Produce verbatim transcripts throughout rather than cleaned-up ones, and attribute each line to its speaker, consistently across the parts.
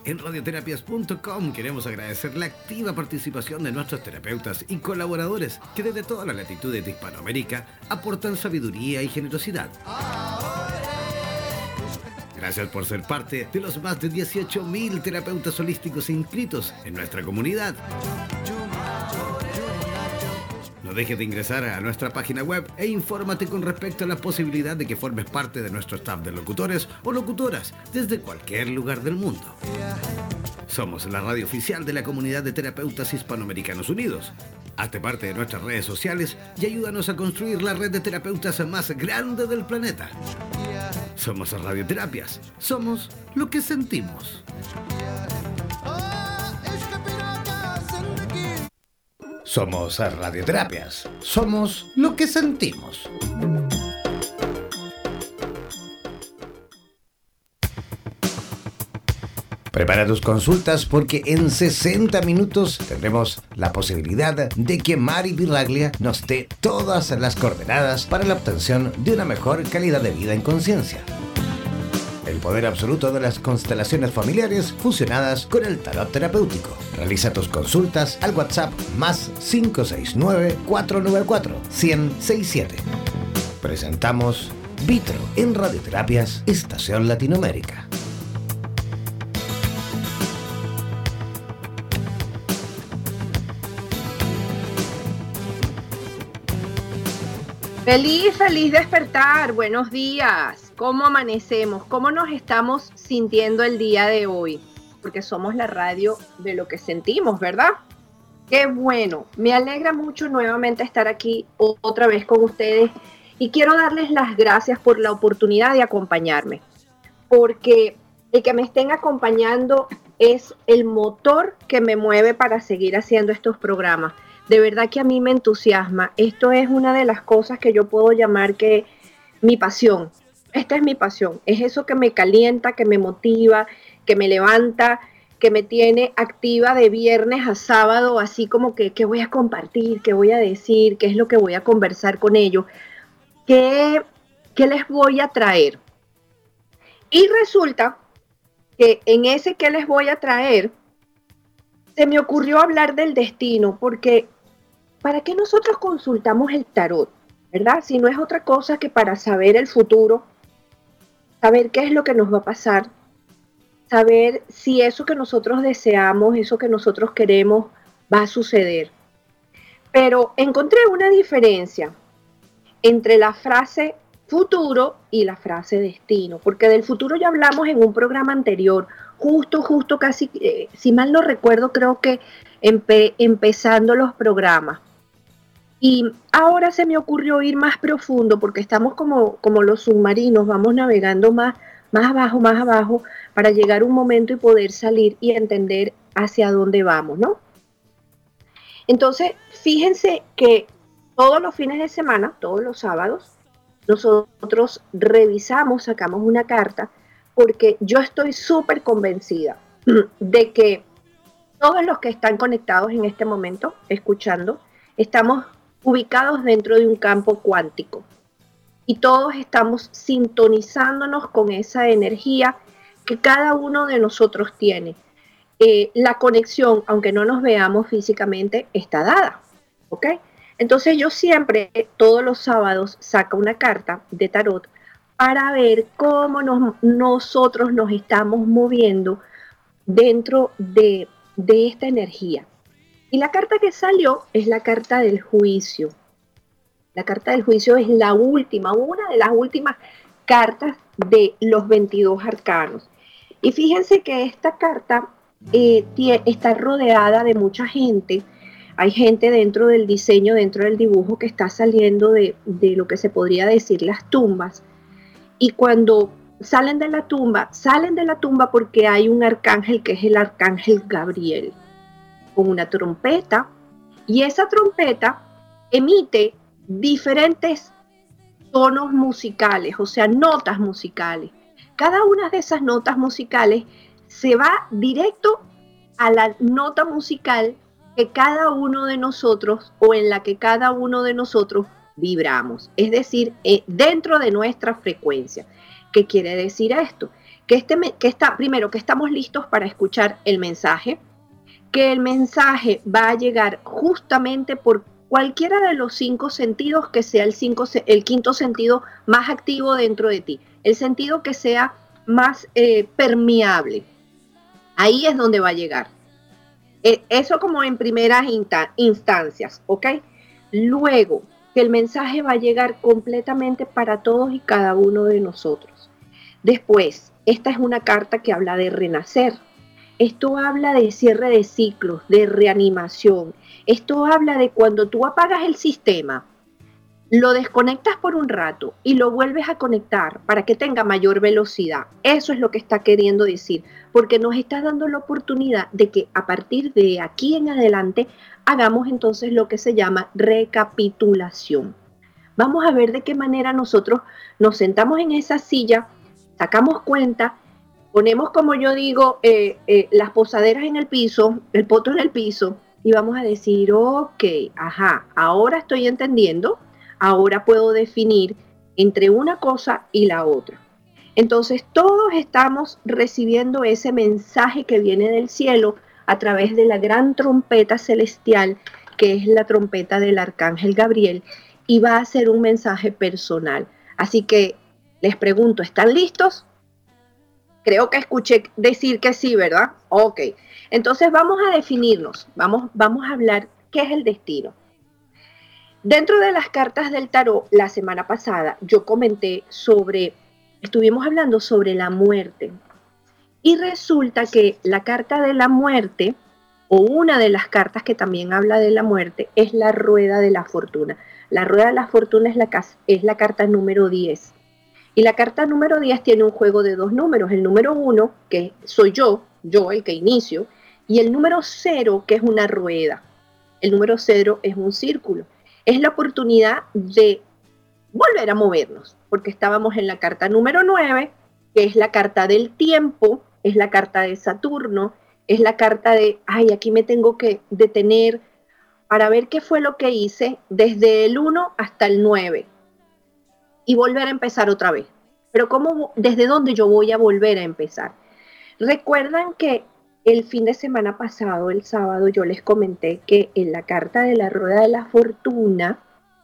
Speaker 1: En radioterapias punto com queremos agradecer la activa participación de nuestros terapeutas y colaboradores que desde todas las latitudes de Hispanoamérica aportan sabiduría y generosidad. Gracias por ser parte de los más de dieciocho mil terapeutas holísticos inscritos en nuestra comunidad. No dejes de ingresar a nuestra página web e infórmate con respecto a la posibilidad de que formes parte de nuestro staff de locutores o locutoras desde cualquier lugar del mundo. Somos la radio oficial de la comunidad de terapeutas hispanoamericanos unidos. Hazte parte de nuestras redes sociales y ayúdanos a construir la red de terapeutas más grande del planeta. Somos Radioterapias. Somos lo que sentimos. Somos Radioterapias. Somos lo que sentimos. Prepara tus consultas porque en sesenta minutos tendremos la posibilidad de que Mari Pirraglia nos dé todas las coordenadas para la obtención de una mejor calidad de vida en conciencia. El poder absoluto de las constelaciones familiares fusionadas con el tarot terapéutico. Realiza tus consultas al WhatsApp más cinco seis nueve, cuatro nueve cuatro, uno cero seis siete. Presentamos Vitro en Radioterapias Estación Latinoamérica.
Speaker 2: Feliz, feliz despertar, buenos días. ¿Cómo amanecemos? ¿Cómo nos estamos sintiendo el día de hoy? Porque somos la radio de lo que sentimos, ¿verdad? Qué bueno, me alegra mucho nuevamente estar aquí otra vez con ustedes y quiero darles las gracias por la oportunidad de acompañarme, porque el que me estén acompañando es el motor que me mueve para seguir haciendo estos programas. De verdad que a mí me entusiasma. Esto es una de las cosas que yo puedo llamar que mi pasión. Esta es mi pasión. Es eso que me calienta, que me motiva, que me levanta, que me tiene activa de viernes a sábado, así como que qué voy a compartir, qué voy a decir, qué es lo que voy a conversar con ellos, qué, qué les voy a traer. Y resulta que en ese que les voy a traer, se me ocurrió hablar del destino, porque ¿para qué nosotros consultamos el tarot? ¿Verdad? Si no es otra cosa que para saber el futuro, saber qué es lo que nos va a pasar, saber si eso que nosotros deseamos, eso que nosotros queremos, va a suceder. Pero encontré una diferencia entre la frase futuro y la frase destino, porque del futuro ya hablamos en un programa anterior, justo, justo casi, eh, si mal no recuerdo, creo que empe- empezando los programas. Y ahora se me ocurrió ir más profundo porque estamos como, como los submarinos, vamos navegando más, más abajo, más abajo para llegar a un momento y poder salir y entender hacia dónde vamos, ¿no? Entonces, fíjense que todos los fines de semana, todos los sábados, nosotros revisamos, sacamos una carta porque yo estoy súper convencida de que todos los que están conectados en este momento, escuchando, estamos ubicados dentro de un campo cuántico y todos estamos sintonizándonos con esa energía que cada uno de nosotros tiene. Eh, la conexión, aunque no nos veamos físicamente, está dada, ¿ok? Entonces yo siempre, todos los sábados, saco una carta de tarot para ver cómo nos, nosotros nos estamos moviendo dentro de, de esta energía. Y la carta que salió es la carta del juicio. La carta del juicio es la última, una de las últimas cartas de los veintidós arcanos. Y fíjense que esta carta eh, tie, está rodeada de mucha gente. Hay gente dentro del diseño, dentro del dibujo que está saliendo de, de lo que se podría decir las tumbas. Y cuando salen de la tumba, salen de la tumba porque hay un arcángel que es el arcángel Gabriel, con una trompeta, y esa trompeta emite diferentes tonos musicales, o sea, notas musicales. Cada una de esas notas musicales se va directo a la nota musical que cada uno de nosotros o en la que cada uno de nosotros vibramos, es decir, eh, dentro de nuestra frecuencia. ¿Qué quiere decir esto? que, este, que está, primero, que estamos listos para escuchar el mensaje, que el mensaje va a llegar justamente por cualquiera de los cinco sentidos que sea el, cinco, el quinto sentido más activo dentro de ti, el sentido que sea más eh, permeable. Ahí es donde va a llegar. Eh, eso como en primeras insta- instancias, ¿ok? Luego, que el mensaje va a llegar completamente para todos y cada uno de nosotros. Después, esta es una carta que habla de renacer. Esto habla de cierre de ciclos, de reanimación. Esto habla de cuando tú apagas el sistema, lo desconectas por un rato y lo vuelves a conectar para que tenga mayor velocidad. Eso es lo que está queriendo decir, porque nos está dando la oportunidad de que a partir de aquí en adelante hagamos entonces lo que se llama recapitulación. Vamos a ver de qué manera nosotros nos sentamos en esa silla, sacamos cuenta, ponemos, como yo digo, eh, eh, las posaderas en el piso, el poto en el piso, y vamos a decir, ok, ajá, ahora estoy entendiendo. Ahora puedo definir entre una cosa y la otra. Entonces todos estamos recibiendo ese mensaje que viene del cielo a través de la gran trompeta celestial, que es la trompeta del arcángel Gabriel, y va a ser un mensaje personal. Así que les pregunto, ¿están listos? Creo que escuché decir que sí, ¿verdad? Ok. Entonces vamos a definirnos, vamos, vamos a hablar qué es el destino. Dentro de las cartas del tarot, la semana pasada yo comenté sobre, estuvimos hablando sobre la muerte. Y resulta que la carta de la muerte, o una de las cartas que también habla de la muerte, es la rueda de la fortuna. La rueda de la fortuna es la, es la carta número diez. Y la carta número diez tiene un juego de dos números. El número uno, que soy yo, yo el que inicio, y el número cero, que es una rueda. El número cero es un círculo. Es la oportunidad de volver a movernos, porque estábamos en la carta número nueve, que es la carta del tiempo, es la carta de Saturno, es la carta de, ay, aquí me tengo que detener para ver qué fue lo que hice desde el uno hasta el nueve y volver a empezar otra vez. Pero ¿cómo, desde dónde yo voy a volver a empezar? Recuerdan que el fin de semana pasado, el sábado, yo les comenté que en la carta de la rueda de la fortuna,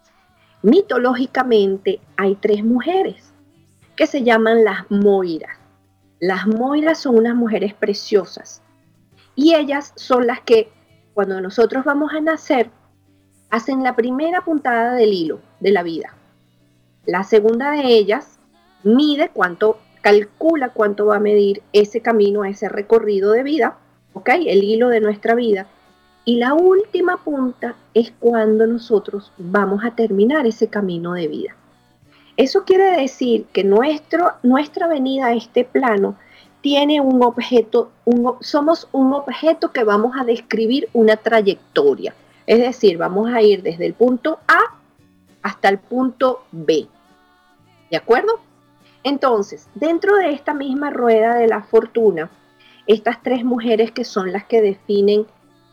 Speaker 2: mitológicamente hay tres mujeres que se llaman las Moiras. Las Moiras son unas mujeres preciosas y ellas son las que cuando nosotros vamos a nacer hacen la primera puntada del hilo de la vida. La segunda de ellas mide cuánto, calcula cuánto va a medir ese camino, ese recorrido de vida, ¿ok? El hilo de nuestra vida. Y la última punta es cuando nosotros vamos a terminar ese camino de vida. Eso quiere decir que nuestro, nuestra venida a este plano tiene un objeto, un, somos un objeto que vamos a describir una trayectoria. Es decir, vamos a ir desde el punto A hasta el punto B. ¿De acuerdo? Entonces, dentro de esta misma rueda de la fortuna, estas tres mujeres que son las que definen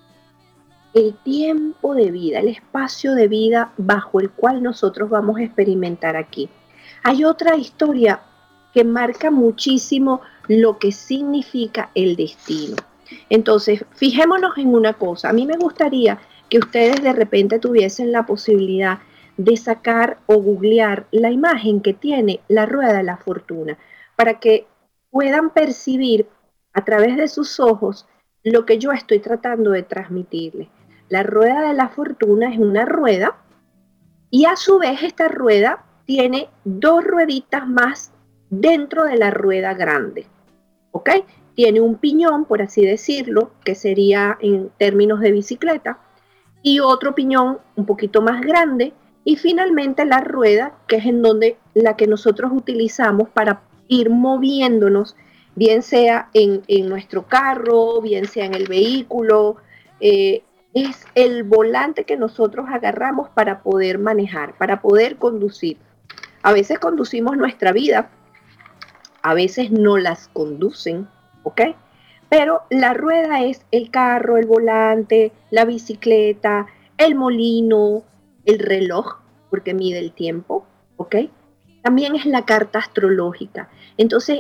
Speaker 2: el tiempo de vida, el espacio de vida bajo el cual nosotros vamos a experimentar aquí. Hay otra historia que marca muchísimo lo que significa el destino. Entonces, fijémonos en una cosa. A mí me gustaría que ustedes de repente tuviesen la posibilidad de sacar o googlear la imagen que tiene la rueda de la fortuna para que puedan percibir a través de sus ojos lo que yo estoy tratando de transmitirles. La rueda de la fortuna es una rueda y a su vez esta rueda tiene dos rueditas más dentro de la rueda grande, ¿ok? Tiene un piñón, por así decirlo, que sería en términos de bicicleta, y otro piñón un poquito más grande, y finalmente la rueda, que es en donde la que nosotros utilizamos para ir moviéndonos, bien sea en, en nuestro carro, bien sea en el vehículo, eh, es el volante que nosotros agarramos para poder manejar, para poder conducir. A veces conducimos nuestra vida, a veces no las conducen, ¿ok? Pero la rueda es el carro, el volante, la bicicleta, el molino, el reloj, porque mide el tiempo, ¿ok? También es la carta astrológica. Entonces,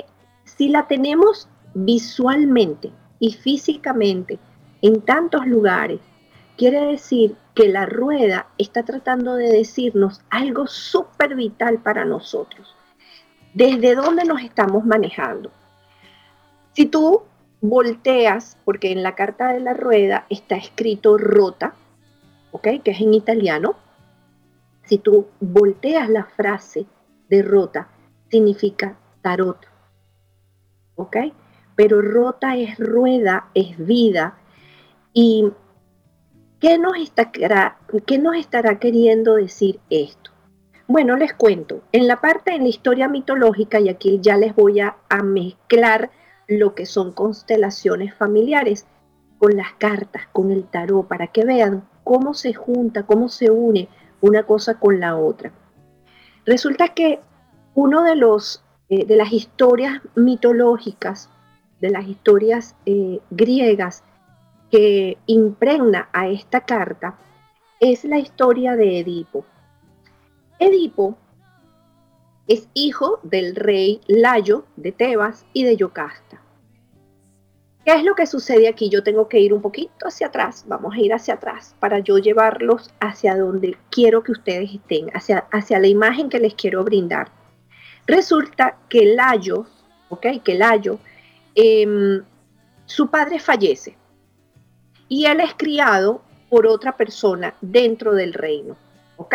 Speaker 2: Si la tenemos visualmente y físicamente en tantos lugares, quiere decir que la rueda está tratando de decirnos algo súper vital para nosotros. ¿Desde dónde nos estamos manejando? Si tú volteas, porque en la carta de la rueda está escrito rota, ¿ok? Que es en italiano. Si tú volteas la frase de rota, significa tarot, ¿ok? Pero rota es rueda, es vida. ¿Y qué nos, está, qué nos estará queriendo decir esto? Bueno, les cuento. En la parte, en la historia mitológica, y aquí ya les voy a, a mezclar lo que son constelaciones familiares con las cartas, con el tarot, para que vean cómo se junta, cómo se une una cosa con la otra. Resulta que uno de los eh, de las historias mitológicas, de las historias eh, griegas que impregna a esta carta, es la historia de Edipo. Edipo es hijo del rey Layo de Tebas y de Yocasta. ¿Qué es lo que sucede aquí? Yo tengo que ir un poquito hacia atrás, vamos a ir hacia atrás para yo llevarlos hacia donde quiero que ustedes estén, hacia, hacia la imagen que les quiero brindar. Resulta que Layo, ¿ok? Que Layo, eh, su padre fallece y él es criado por otra persona dentro del reino, ¿ok?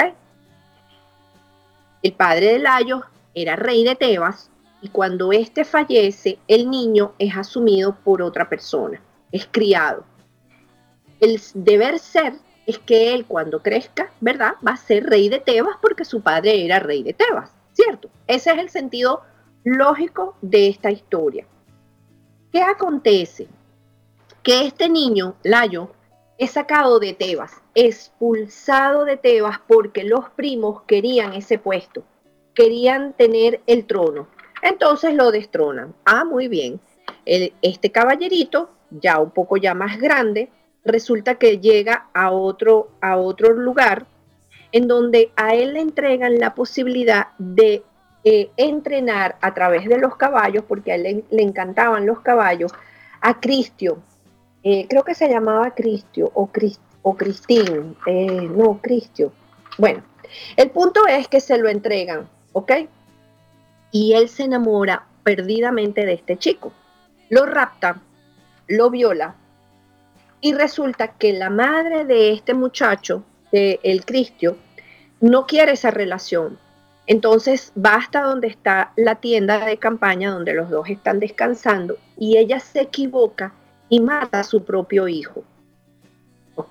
Speaker 2: El padre de Layo era rey de Tebas y cuando éste fallece, el niño es asumido por otra persona, es criado. El deber ser es que él cuando crezca, ¿verdad? Va a ser rey de Tebas porque su padre era rey de Tebas, ¿cierto? Ese es el sentido lógico de esta historia. ¿Qué acontece? Que este niño, Layo, es sacado de Tebas, expulsado de Tebas porque los primos querían ese puesto, querían tener el trono. Entonces lo destronan. Ah, muy bien. El, este caballerito, ya un poco ya más grande, resulta que llega a otro, a otro lugar en donde a él le entregan la posibilidad de eh, entrenar a través de los caballos, porque a él le, le encantaban los caballos, a Cristio. Eh, creo que se llamaba Cristio o, Crist, o Cristín, eh, no, Cristio. Bueno, el punto es que se lo entregan, ¿ok? Y él se enamora perdidamente de este chico. Lo rapta, lo viola, y resulta que la madre de este muchacho, de el Cristio, no quiere esa relación. Entonces va hasta donde está la tienda de campaña, donde los dos están descansando, y ella se equivoca y mata a su propio hijo. ¿Ok?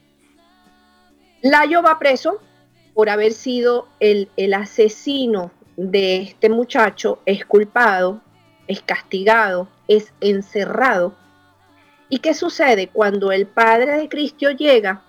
Speaker 2: Layo va preso por haber sido el, el asesino de este muchacho, es culpado, es castigado, es encerrado. ¿Y qué sucede? Cuando el padre de Cristio llega,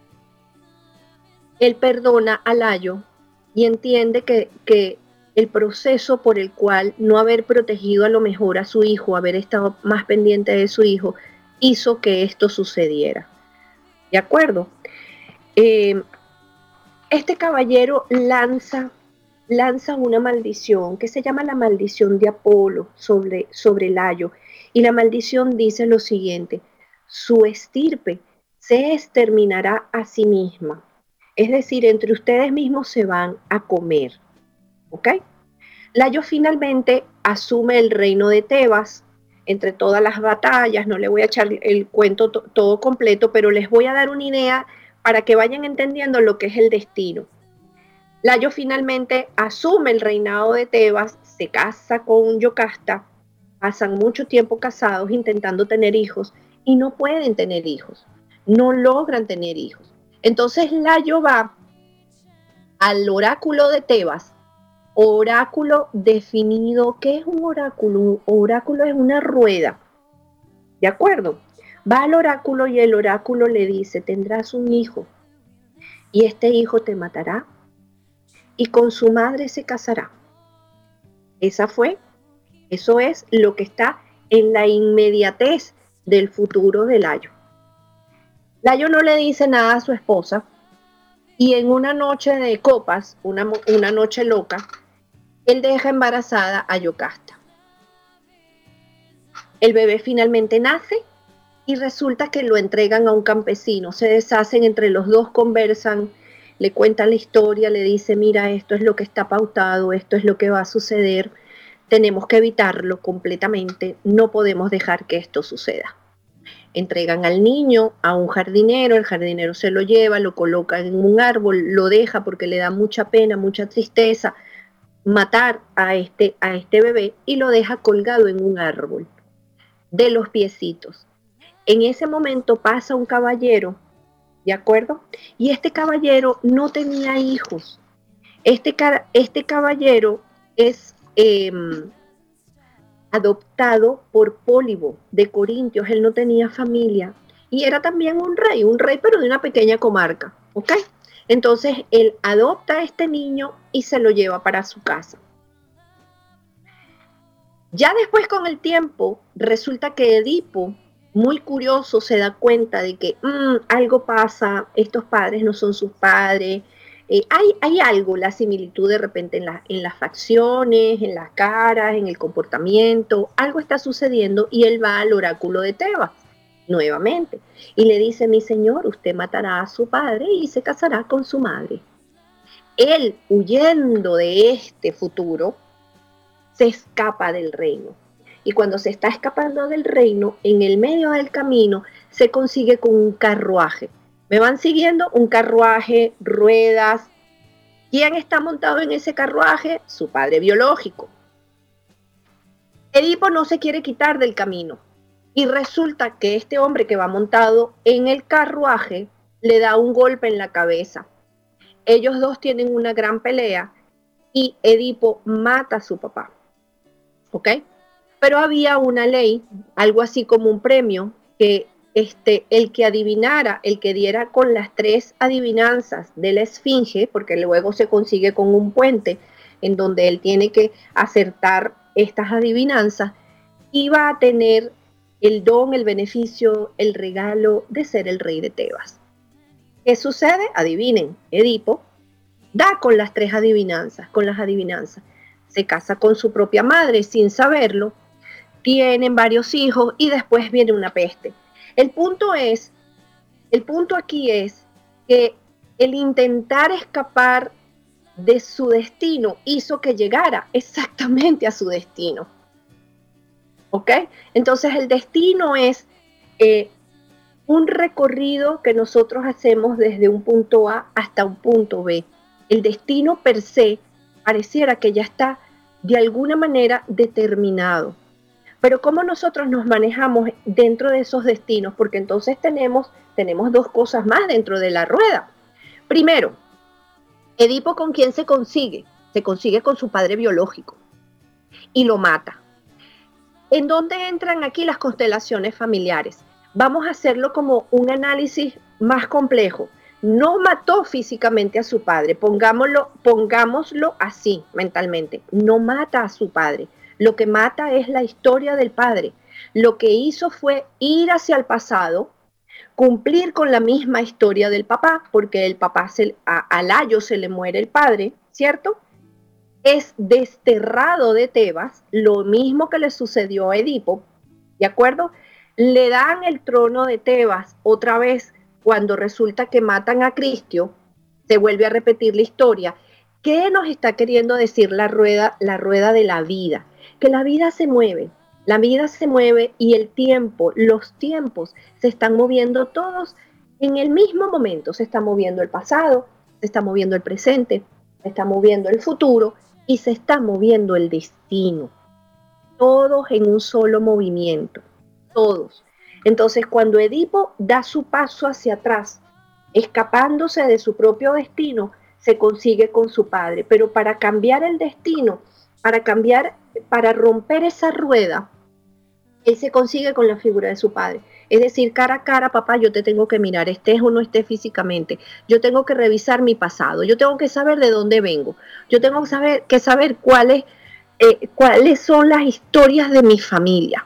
Speaker 2: él perdona a Layo y entiende que, que el proceso por el cual no haber protegido a lo mejor a su hijo, haber estado más pendiente de su hijo, hizo que esto sucediera. ¿De acuerdo? Eh, este caballero lanza, lanza una maldición que se llama la maldición de Apolo sobre, sobre Layo. Y la maldición dice lo siguiente: su estirpe se exterminará a sí misma. Es decir, entre ustedes mismos se van a comer. ¿Ok? Layo finalmente asume el reino de Tebas entre todas las batallas. No le voy a echar el cuento to- todo completo, pero les voy a dar una idea para que vayan entendiendo lo que es el destino. Layo finalmente asume el reinado de Tebas, se casa con Yocasta, pasan mucho tiempo casados intentando tener hijos y no pueden tener hijos, no logran tener hijos. Entonces Layo va al oráculo de Tebas, oráculo definido. ¿Qué es un oráculo? Un oráculo es una rueda, ¿de acuerdo? Va al oráculo y el oráculo le dice: tendrás un hijo y este hijo te matará y con su madre se casará. Esa fue, eso es lo que está en la inmediatez del futuro de Layo. Layo no le dice nada a su esposa y en una noche de copas, una, una noche loca, él deja embarazada a Yocasta. El bebé finalmente nace y resulta que lo entregan a un campesino. Se deshacen entre los dos, conversan, le cuentan la historia, le dice, mira, esto es lo que está pautado, esto es lo que va a suceder, tenemos que evitarlo completamente, no podemos dejar que esto suceda. Entregan al niño a un jardinero, el jardinero se lo lleva, lo coloca en un árbol, lo deja porque le da mucha pena, mucha tristeza matar a este, a este bebé, y lo deja colgado en un árbol de los piecitos. En ese momento pasa un caballero, ¿de acuerdo? Y este caballero no tenía hijos. Este, este caballero es eh, adoptado por Pólibo de Corintios. Él no tenía familia y era también un rey, un rey pero de una pequeña comarca, ¿ok? Entonces él adopta a este niño y se lo lleva para su casa. Ya después, con el tiempo, resulta que Edipo, muy curioso, se da cuenta de que mmm, algo pasa, estos padres no son sus padres, eh, hay, hay algo, la similitud de repente en, la, en las facciones, en las caras, en el comportamiento, algo está sucediendo, y él va al oráculo de Tebas nuevamente y le dice, mi señor, usted matará a su padre y se casará con su madre. Él, huyendo de este futuro, se escapa del reino. Y cuando se está escapando del reino, en el medio del camino, se consigue con un carruaje. ¿Me van siguiendo? Un carruaje, ruedas. ¿Quién está montado en ese carruaje? Su padre biológico. Edipo no se quiere quitar del camino. Y resulta que este hombre que va montado en el carruaje le da un golpe en la cabeza. Ellos dos tienen una gran pelea y Edipo mata a su papá. ¿Ok? Pero había una ley, algo así como un premio, que este, el que adivinara, el que diera con las tres adivinanzas de la esfinge, porque luego se consigue con un puente en donde él tiene que acertar estas adivinanzas, iba a tener el don, el beneficio, el regalo de ser el rey de Tebas. ¿Qué sucede? Adivinen, Edipo da con las tres adivinanzas, con las adivinanzas. Se casa con su propia madre sin saberlo, tienen varios hijos y después viene una peste. El punto es, el punto aquí es que el intentar escapar de su destino hizo que llegara exactamente a su destino. ¿Ok? Entonces el destino es eh, un recorrido que nosotros hacemos desde un punto A hasta un punto B. El destino per se pareciera que ya está de alguna manera determinado. Pero ¿cómo nosotros nos manejamos dentro de esos destinos? Porque entonces tenemos, tenemos dos cosas más dentro de la rueda. Primero, Edipo, ¿con quién se consigue? Se consigue con su padre biológico y lo mata. ¿En dónde entran aquí las constelaciones familiares? Vamos a hacerlo como un análisis más complejo. No mató físicamente a su padre, pongámoslo, pongámoslo así mentalmente. No mata a su padre. Lo que mata es la historia del padre. Lo que hizo fue ir hacia el pasado, cumplir con la misma historia del papá, porque el papá, se, a, a Layo se le muere el padre, ¿cierto? Es desterrado de Tebas, lo mismo que le sucedió a Edipo, ¿de acuerdo? Le dan el trono de Tebas otra vez cuando resulta que matan a Cristio, se vuelve a repetir la historia. ¿Qué nos está queriendo decir la rueda, la rueda de la vida? Que la vida se mueve, la vida se mueve y el tiempo, los tiempos se están moviendo todos en el mismo momento. Se está moviendo el pasado, se está moviendo el presente, se está moviendo el futuro y se está moviendo el destino. Todos en un solo movimiento, todos. Entonces, cuando Edipo da su paso hacia atrás, escapándose de su propio destino, se consigue con su padre. Pero para cambiar el destino, para cambiar, para romper esa rueda, él se consigue con la figura de su padre. Es decir, cara a cara, papá, yo te tengo que mirar, estés o no estés físicamente. Yo tengo que revisar mi pasado. Yo tengo que saber de dónde vengo. Yo tengo que saber, que saber cuáles, eh, cuáles son las historias de mi familia.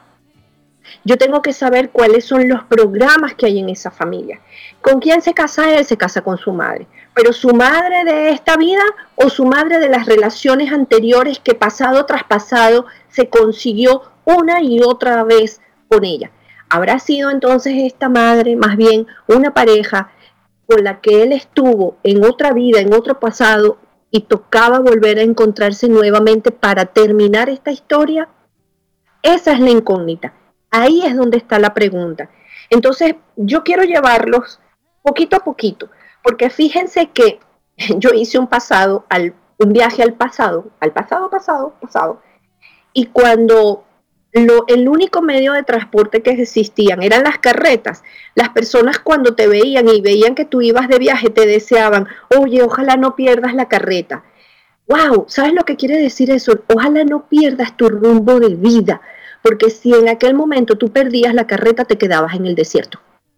Speaker 2: Yo tengo que saber cuáles son los programas que hay en esa familia. ¿Con quién se casa él? Se casa con su madre. Pero su madre de esta vida o su madre de las relaciones anteriores que pasado tras pasado se consiguió una y otra vez con ella. ¿Habrá sido entonces esta madre más bien una pareja con la que él estuvo en otra vida, en otro pasado, y tocaba volver a encontrarse nuevamente para terminar esta historia? Esa es la incógnita. Ahí es donde está la pregunta. Entonces, yo quiero llevarlos poquito a poquito, porque fíjense que yo hice un pasado, al, un viaje al pasado, al pasado, pasado, pasado, y cuando lo, el único medio de transporte que existían eran las carretas, las personas cuando te veían y veían que tú ibas de viaje te deseaban, oye, ojalá no pierdas la carreta. ¡Wow! ¿Sabes lo que quiere decir eso? Ojalá no pierdas tu rumbo de vida, porque si en aquel momento tú perdías la carreta, te quedabas en el desierto.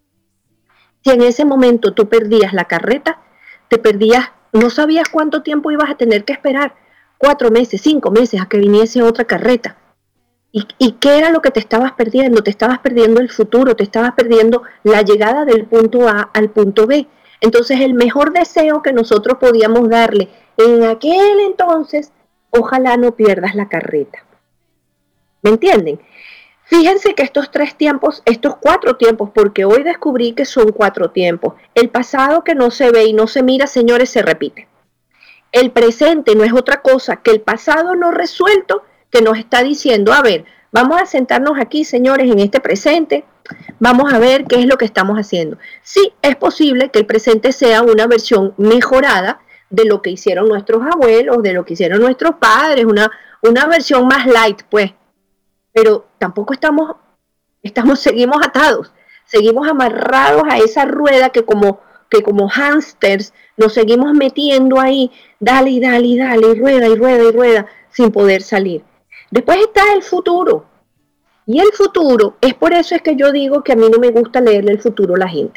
Speaker 2: Si en ese momento tú perdías la carreta, te perdías, no sabías cuánto tiempo ibas a tener que esperar, cuatro meses, cinco meses, a que viniese otra carreta. ¿Y, ¿Y qué era lo que te estabas perdiendo? Te estabas perdiendo el futuro, te estabas perdiendo la llegada del punto A al punto B. Entonces el mejor deseo que nosotros podíamos darle en aquel entonces, ojalá no pierdas la carreta. ¿Me entienden? Fíjense que estos tres tiempos, estos cuatro tiempos, porque hoy descubrí que son cuatro tiempos. El pasado que no se ve y no se mira, señores, se repite. El presente no es otra cosa que el pasado no resuelto que nos está diciendo, a ver, vamos a sentarnos aquí, señores, en este presente, vamos a ver qué es lo que estamos haciendo. Sí, es posible que el presente sea una versión mejorada de lo que hicieron nuestros abuelos, de lo que hicieron nuestros padres, una, una versión más light, pues. Pero tampoco estamos, estamos, seguimos atados, seguimos amarrados a esa rueda que como, que como hámsters nos seguimos metiendo ahí, dale y dale y dale, y rueda y rueda y rueda, sin poder salir. Después está el futuro. Y el futuro, es por eso es que yo digo que a mí no me gusta leerle el futuro a la gente.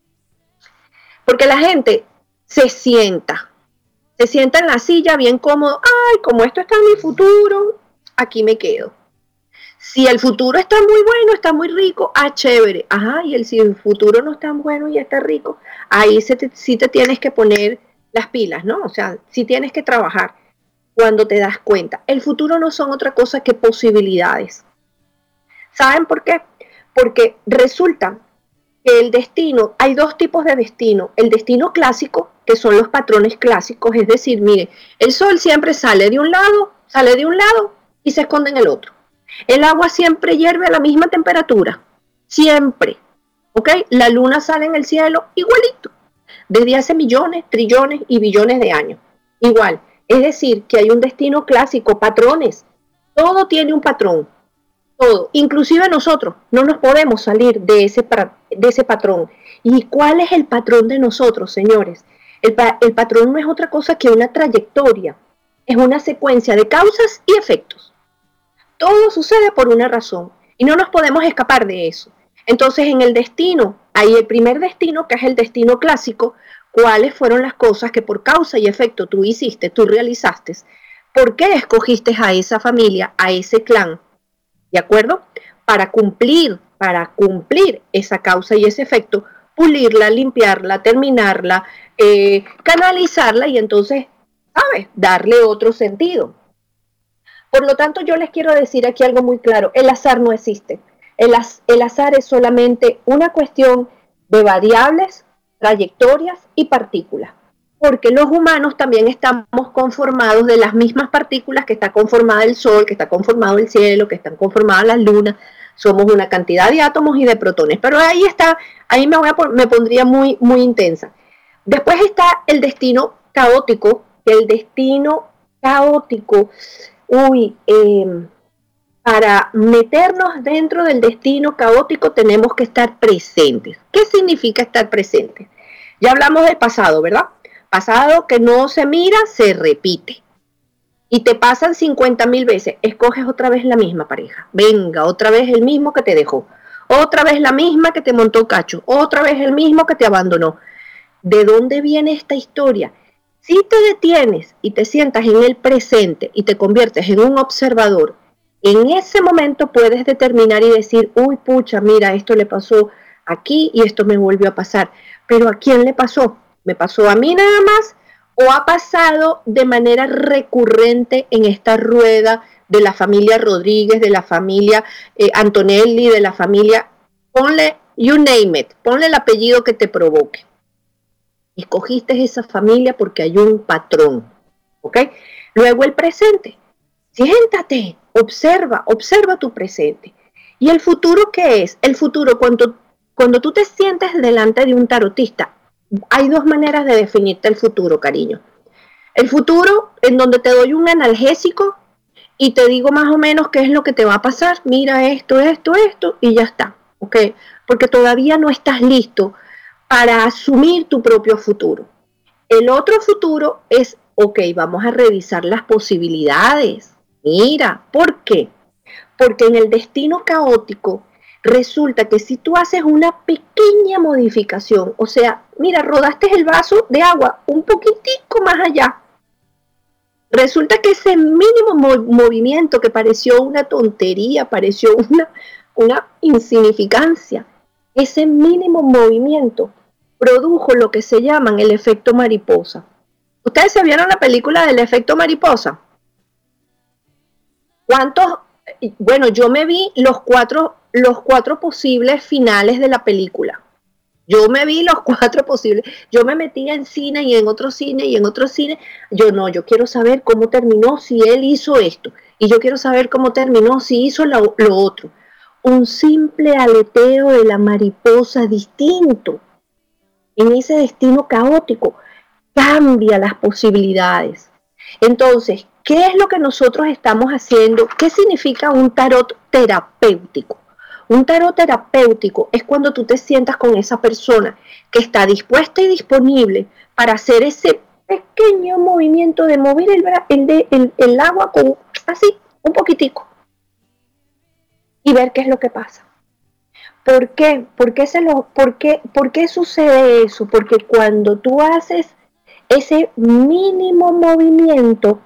Speaker 2: Porque la gente se sienta, se sienta en la silla bien cómodo, ay, como esto está en mi futuro, aquí me quedo. Si el futuro está muy bueno, está muy rico, ah, chévere. Ajá, y el, si el futuro no está bueno y está rico, ahí se te, sí te tienes que poner las pilas, ¿no? O sea, sí tienes que trabajar cuando te das cuenta. El futuro no son otra cosa que posibilidades. ¿Saben por qué? Porque resulta que el destino, hay dos tipos de destino. El destino clásico, que son los patrones clásicos, es decir, mire, el sol siempre sale de un lado, sale de un lado y se esconde en el otro. El agua siempre hierve a la misma temperatura, siempre, ¿ok? La luna sale en el cielo igualito, desde hace millones, trillones y billones de años, igual. Es decir, que hay un destino clásico, patrones, todo tiene un patrón, todo, inclusive nosotros no nos podemos salir de ese, de ese patrón. ¿Y cuál es el patrón de nosotros, señores? El, pa el patrón no es otra cosa que una trayectoria, es una secuencia de causas y efectos. Todo sucede por una razón y no nos podemos escapar de eso. Entonces, en el destino, hay el primer destino, que es el destino clásico, cuáles fueron las cosas que por causa y efecto tú hiciste, tú realizaste, por qué escogiste a esa familia, a ese clan, ¿de acuerdo? Para cumplir, para cumplir esa causa y ese efecto, pulirla, limpiarla, terminarla, eh, canalizarla y entonces, ¿sabes? Darle otro sentido. Por lo tanto, yo les quiero decir aquí algo muy claro, el azar no existe. El, az el azar es solamente una cuestión de variables, trayectorias y partículas, porque los humanos también estamos conformados de las mismas partículas que está conformada el Sol, que está conformado el cielo, que están conformadas las lunas. Somos una cantidad de átomos y de protones, pero ahí está, ahí me, voy a, me pondría muy, muy intensa. Después está el destino caótico, el destino caótico, uy, eh, para meternos dentro del destino caótico tenemos que estar presentes. ¿Qué significa estar presentes? Ya hablamos del pasado, ¿verdad? Pasado que no se mira, se repite. Y te pasan cincuenta mil veces. Escoges otra vez la misma pareja. Venga, otra vez el mismo que te dejó. Otra vez la misma que te montó cacho. Otra vez el mismo que te abandonó. ¿De dónde viene esta historia? Si te detienes y te sientas en el presente y te conviertes en un observador, en ese momento puedes determinar y decir, uy, pucha, mira, esto le pasó aquí y esto me volvió a pasar. Pero ¿a quién le pasó? ¿Me pasó a mí nada más? ¿O ha pasado de manera recurrente en esta rueda de la familia Rodríguez, de la familia eh, Antonelli, de la familia, ponle, you name it, ponle el apellido que te provoque. Escogiste esa familia porque hay un patrón, ¿ok? Luego el presente. Siéntate, observa, observa tu presente. ¿Y el futuro qué es? El futuro, cuando, cuando tú te sientes delante de un tarotista, hay dos maneras de definirte el futuro, cariño. El futuro en donde te doy un analgésico y te digo más o menos qué es lo que te va a pasar. Mira esto, esto, esto y ya está, ¿ok? Porque todavía no estás listo para asumir tu propio futuro. El otro futuro es, ok, vamos a revisar las posibilidades. Mira, ¿por qué? Porque en el destino caótico resulta que si tú haces una pequeña modificación, o sea, mira, rodaste el vaso de agua un poquitico más allá, resulta que ese mínimo mo- movimiento que pareció una tontería, pareció una, una insignificancia, ese mínimo movimiento produjo lo que se llaman el efecto mariposa. ¿Ustedes se vieron la película del efecto mariposa? ¿Cuántos? Bueno, yo me vi los cuatro, los cuatro posibles finales de la película. Yo me vi los cuatro posibles. Yo me metía en cine y en otro cine y en otro cine. Yo no, yo quiero saber cómo terminó si él hizo esto. Y yo quiero saber cómo terminó si hizo lo, lo otro. Un simple aleteo de la mariposa distinto en ese destino caótico cambia las posibilidades. Entonces, ¿qué es lo que nosotros estamos haciendo? ¿Qué significa un tarot terapéutico? Un tarot terapéutico es cuando tú te sientas con esa persona que está dispuesta y disponible para hacer ese pequeño movimiento de mover el, el, el, el agua con, así, un poquitico y ver qué es lo que pasa. ¿Por qué? ¿Por qué, se lo, por qué, ¿Por qué sucede eso? Porque cuando tú haces ese mínimo movimiento,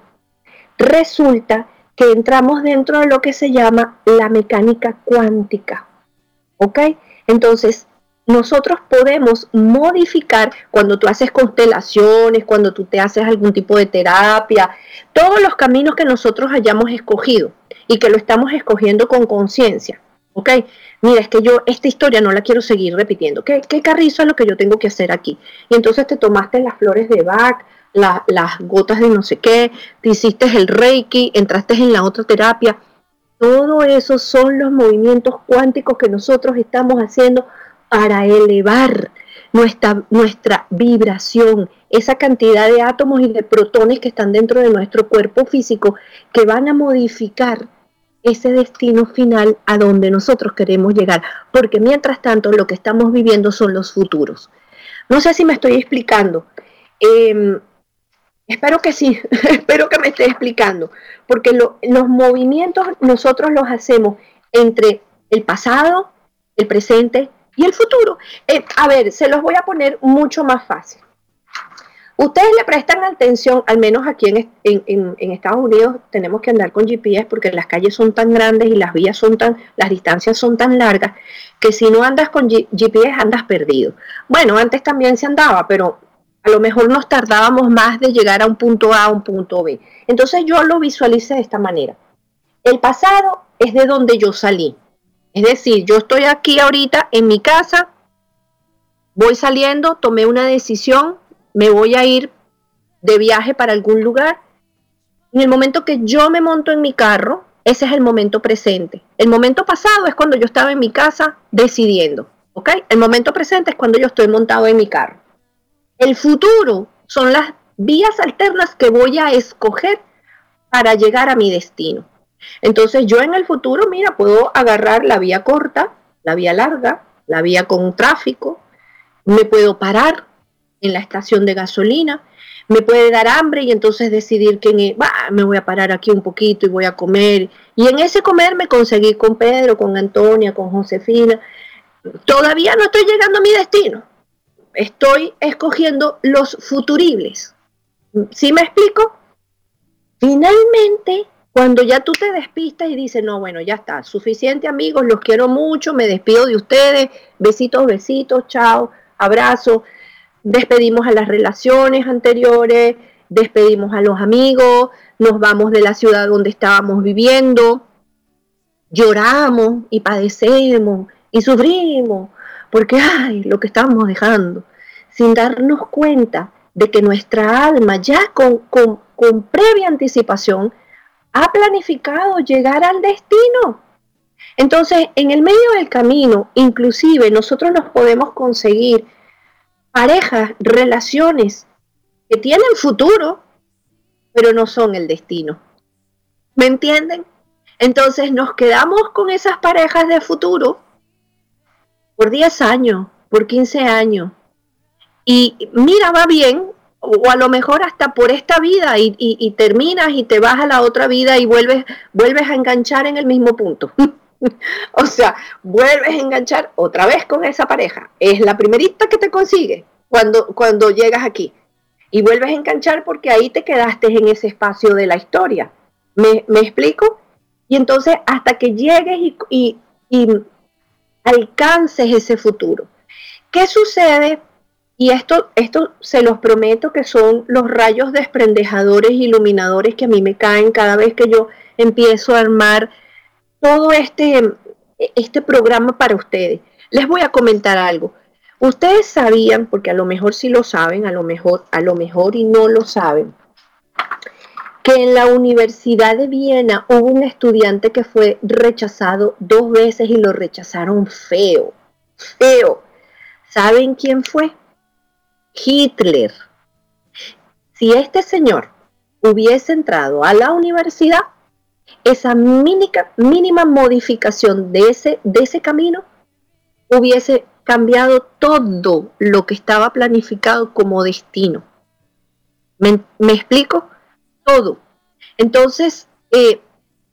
Speaker 2: resulta que entramos dentro de lo que se llama la mecánica cuántica, ¿ok? Entonces, nosotros podemos modificar cuando tú haces constelaciones, cuando tú te haces algún tipo de terapia, todos los caminos que nosotros hayamos escogido y que lo estamos escogiendo con conciencia, ¿ok? Mira, es que yo esta historia no la quiero seguir repitiendo. ¿Qué, qué carrizo es lo que yo tengo que hacer aquí? Y entonces te tomaste las flores de Bach, la, las gotas de no sé qué, te hiciste el Reiki, entraste en la otra terapia. Todo eso son los movimientos cuánticos que nosotros estamos haciendo para elevar nuestra, nuestra vibración, esa cantidad de átomos y de protones que están dentro de nuestro cuerpo físico que van a modificar ese destino final a donde nosotros queremos llegar, porque mientras tanto lo que estamos viviendo son los futuros. No sé si me estoy explicando, eh, espero que sí, espero que me esté explicando, porque lo, los movimientos nosotros los hacemos entre el pasado, el presente y el futuro. Eh, a ver, se los voy a poner mucho más fácil. Ustedes le prestan atención, al menos aquí en, en, en, en Estados Unidos tenemos que andar con G P S porque las calles son tan grandes y las vías son tan, las distancias son tan largas que si no andas con G P S andas perdido. Bueno, antes también se andaba, pero a lo mejor nos tardábamos más de llegar a un punto A a un punto B. Entonces yo lo visualicé de esta manera. El pasado es de donde yo salí. Es decir, yo estoy aquí ahorita en mi casa, voy saliendo, tomé una decisión, me voy a ir de viaje para algún lugar. En el momento que yo me monto en mi carro, ese es el momento presente. El momento pasado es cuando yo estaba en mi casa decidiendo, ¿ok? El momento presente es cuando yo estoy montado en mi carro. El futuro son las vías alternas que voy a escoger para llegar a mi destino. Entonces yo en el futuro, mira, puedo agarrar la vía corta, la vía larga, la vía con tráfico, me puedo parar en la estación de gasolina, me puede dar hambre y entonces decidir que bah, me voy a parar aquí un poquito y voy a comer. Y en ese comer me conseguí con Pedro, con Antonia, con Josefina. Todavía no estoy llegando a mi destino. Estoy escogiendo los futuribles. ¿Sí me explico? Finalmente, cuando ya tú te despistas y dices, no, bueno, ya está, suficiente amigos, los quiero mucho, me despido de ustedes, besitos, besitos, chao, abrazo. Despedimos a las relaciones anteriores, despedimos a los amigos, nos vamos de la ciudad donde estábamos viviendo, lloramos y padecemos y sufrimos, porque ay, lo que estábamos dejando, sin darnos cuenta de que nuestra alma ya con, con, con previa anticipación ha planificado llegar al destino. Entonces, en el medio del camino, inclusive nosotros nos podemos conseguir parejas, relaciones que tienen futuro, pero no son el destino. ¿Me entienden? Entonces nos quedamos con esas parejas de futuro por diez años, por quince años. Y mira, va bien, o a lo mejor hasta por esta vida, y, y, y terminas y te vas a la otra vida y vuelves, vuelves a enganchar en el mismo punto. O sea, vuelves a enganchar otra vez con esa pareja. Es la primerita que te consigue cuando, cuando llegas aquí. Y vuelves a enganchar porque ahí te quedaste en ese espacio de la historia. ¿Me, me explico? Y entonces hasta que llegues y, y, y alcances ese futuro. ¿Qué sucede? Y esto, esto se los prometo que son los rayos desprendejadores, iluminadores que a mí me caen cada vez que yo empiezo a armar todo este, este programa para ustedes. Les voy a comentar algo. Ustedes sabían, porque a lo mejor sí lo saben, a lo mejor, a lo mejor y no lo saben, que en la Universidad de Viena hubo un estudiante que fue rechazado dos veces y lo rechazaron feo, feo. ¿Saben quién fue? Hitler. Si este señor hubiese entrado a la universidad, esa mínima, mínima modificación de ese, de ese camino hubiese cambiado todo lo que estaba planificado como destino. ¿Me, me explico? Todo. Entonces, eh,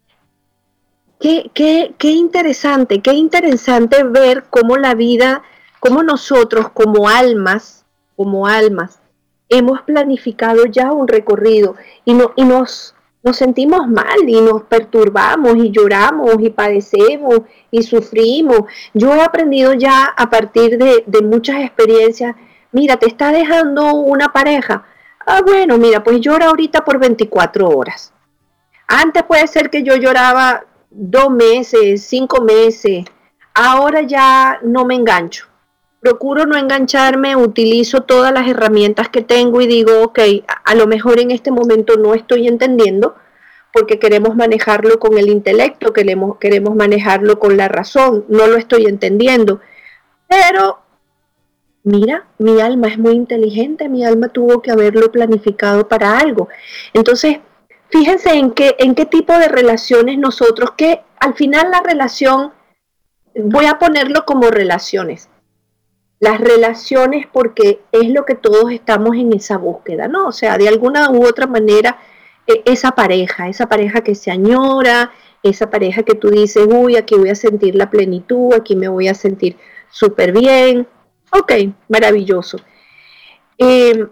Speaker 2: qué, qué, qué interesante, qué interesante ver cómo la vida, cómo nosotros como almas, como almas, hemos planificado ya un recorrido y, no, y nos, nos sentimos mal y nos perturbamos y lloramos y padecemos y sufrimos. Yo he aprendido ya a partir de, de muchas experiencias. Mira, te está dejando una pareja. Ah, bueno, mira, pues llora ahorita por veinticuatro horas. Antes puede ser que yo lloraba dos meses, cinco meses. Ahora ya no me engancho. Procuro no engancharme, utilizo todas las herramientas que tengo y digo, ok, a lo mejor en este momento no estoy entendiendo porque queremos manejarlo con el intelecto, queremos, queremos manejarlo con la razón, no lo estoy entendiendo. Pero, mira, mi alma es muy inteligente, mi alma tuvo que haberlo planificado para algo. Entonces, fíjense en qué, en qué tipo de relaciones nosotros, que al final la relación, voy a ponerlo como relaciones, las relaciones porque es lo que todos estamos en esa búsqueda, ¿no? O sea, de alguna u otra manera, eh, esa pareja, esa pareja que se añora, esa pareja que tú dices, uy, aquí voy a sentir la plenitud, aquí me voy a sentir súper bien. Ok, maravilloso. Eh,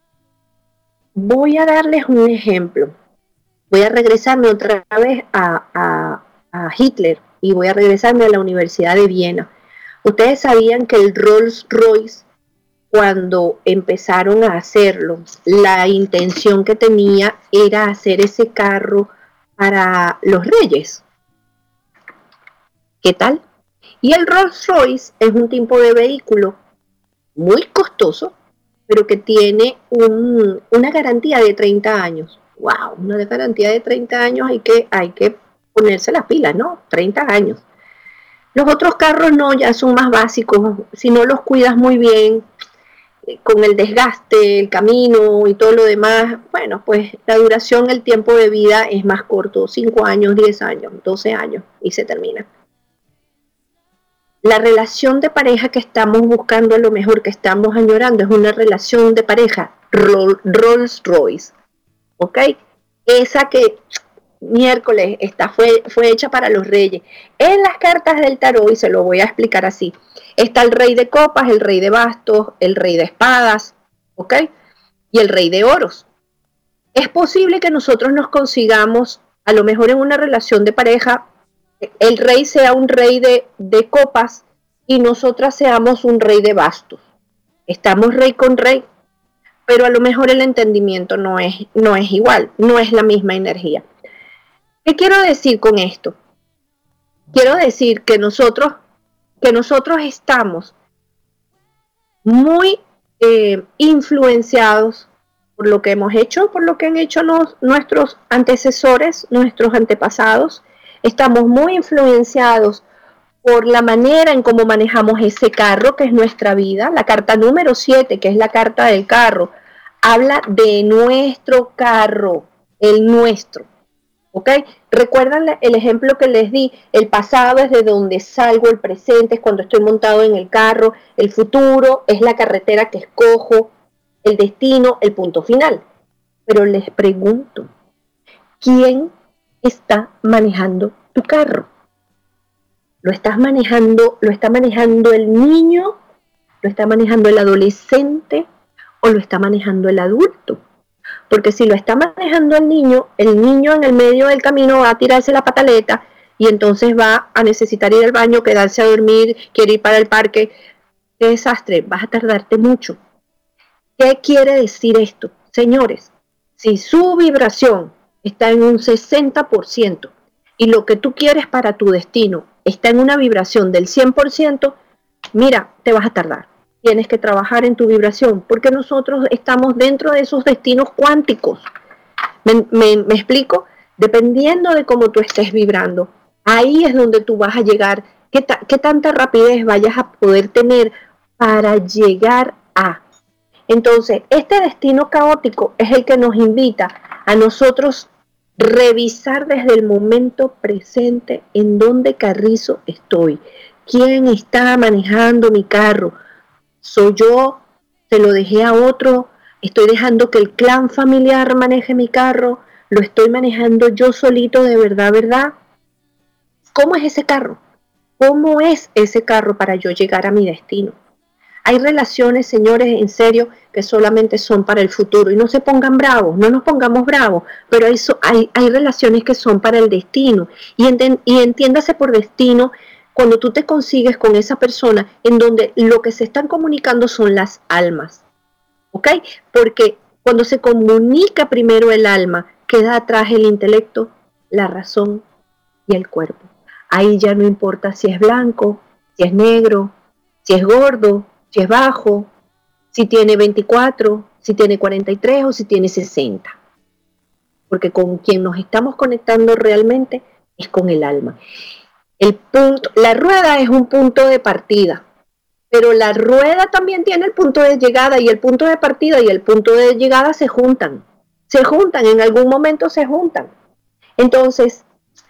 Speaker 2: voy a darles un ejemplo. Voy a regresarme otra vez a, a, a Hitler y voy a regresarme a la Universidad de Viena. Ustedes sabían que el Rolls Royce, cuando empezaron a hacerlo, la intención que tenía era hacer ese carro para los reyes. ¿Qué tal? Y el Rolls Royce es un tipo de vehículo muy costoso, pero que tiene un, una garantía de treinta años. ¡Wow! Una garantía de treinta años, hay que, hay que ponerse las pilas, ¿no? treinta años. Los otros carros no, ya son más básicos. Si no los cuidas muy bien, con el desgaste, el camino y todo lo demás, bueno, pues la duración, el tiempo de vida es más corto, cinco años, diez años, doce años, y se termina. La relación de pareja que estamos buscando, a lo mejor que estamos añorando, es una relación de pareja Rolls Royce, ¿ok? Esa que miércoles esta fue, fue hecha para los reyes. En las cartas del tarot, y se lo voy a explicar así, está el rey de copas, el rey de bastos, el rey de espadas, ¿ok? Y el rey de oros. Es posible que nosotros nos consigamos, a lo mejor en una relación de pareja, el rey sea un rey de, de copas y nosotras seamos un rey de bastos. Estamos rey con rey. pero a lo mejor el entendimiento no es, no es igual, no es la misma energía. ¿Qué quiero decir con esto? Quiero decir que nosotros, que nosotros estamos muy eh, influenciados por lo que hemos hecho, por lo que han hecho nos, nuestros antecesores, nuestros antepasados. Estamos muy influenciados por la manera en cómo manejamos ese carro, que es nuestra vida. La carta número siete, que es la carta del carro, habla de nuestro carro, el nuestro. ¿Ok? Recuerdan el ejemplo que les di, el pasado es de donde salgo, el presente es cuando estoy montado en el carro, el futuro es la carretera que escojo, el destino, el punto final. Pero les pregunto, ¿quién está manejando tu carro? ¿Lo estás manejando, lo está manejando el niño? ¿Lo está manejando el adolescente? ¿O lo está manejando el adulto? Porque si lo está manejando el niño, el niño en el medio del camino va a tirarse la pataleta y entonces va a necesitar ir al baño, quedarse a dormir, quiere ir para el parque. ¡Qué desastre! Vas a tardarte mucho. ¿Qué quiere decir esto? Señores, si su vibración está en un sesenta por ciento y lo que tú quieres para tu destino está en una vibración del cien por ciento, mira, te vas a tardar. Tienes que trabajar en tu vibración, porque nosotros estamos dentro de esos destinos cuánticos. ¿Me, me, me explico? Dependiendo de cómo tú estés vibrando, ahí es donde tú vas a llegar, qué, ta, qué tanta rapidez vayas a poder tener para llegar a. Entonces, este destino caótico es el que nos invita a nosotros revisar desde el momento presente en dónde carrizo estoy, quién está manejando mi carro. ¿Soy yo? ¿Se lo dejé a otro? ¿Estoy dejando que el clan familiar maneje mi carro? ¿Lo estoy manejando yo solito de verdad, verdad? ¿Cómo es ese carro? ¿Cómo es ese carro para yo llegar a mi destino? Hay relaciones, señores, en serio, que solamente son para el futuro. Y no se pongan bravos, no nos pongamos bravos, pero hay, hay, hay relaciones que son para el destino. Y, enten, y entiéndase por destino cuando tú te consigues con esa persona en donde lo que se están comunicando son las almas, ¿ok? Porque cuando se comunica primero el alma, queda atrás el intelecto, la razón y el cuerpo. Ahí ya no importa si es blanco, si es negro, si es gordo, si es bajo, si tiene veinticuatro, si tiene cuarenta y tres o si tiene sesenta. Porque con quien nos estamos conectando realmente es con el alma. El punto, la rueda es un punto de partida, pero la rueda también tiene el punto de llegada, y el punto de partida y el punto de llegada se juntan, se juntan, en algún momento se juntan. Entonces,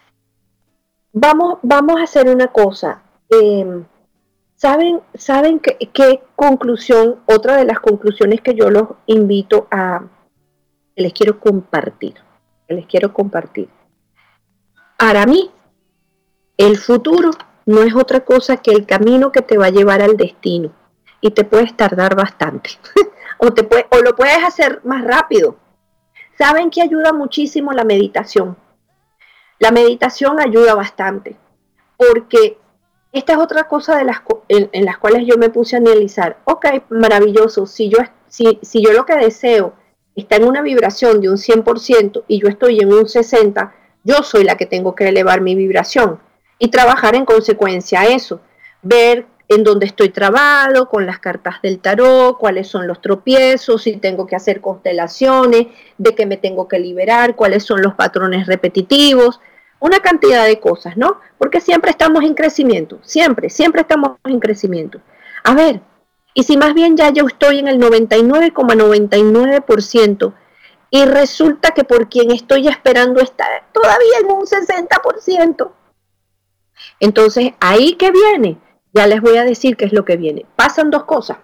Speaker 2: vamos, vamos a hacer una cosa. Eh, ¿Saben, saben qué, qué conclusión, otra de las conclusiones que yo los invito a, que les quiero compartir, que les quiero compartir? Para mí, el futuro no es otra cosa que el camino que te va a llevar al destino, y te puedes tardar bastante o, te puede, o lo puedes hacer más rápido. ¿Saben que ayuda muchísimo la meditación? La meditación ayuda bastante, porque esta es otra cosa de las, en, en las cuales yo me puse a analizar. Ok, maravilloso, si yo, si, si yo lo que deseo está en una vibración de un cien por ciento y yo estoy en un sesenta por ciento, yo soy la que tengo que elevar mi vibración y trabajar en consecuencia a eso, ver en dónde estoy trabado con las cartas del tarot, cuáles son los tropiezos, si tengo que hacer constelaciones, de qué me tengo que liberar, cuáles son los patrones repetitivos, una cantidad de cosas, ¿no? Porque siempre estamos en crecimiento, siempre, siempre estamos en crecimiento. A ver, y si más bien ya yo estoy en el noventa y nueve coma noventa y nueve por ciento y resulta que por quien estoy esperando está todavía en un sesenta por ciento, entonces, ¿ahí qué viene? Ya les voy a decir qué es lo que viene. Pasan dos cosas.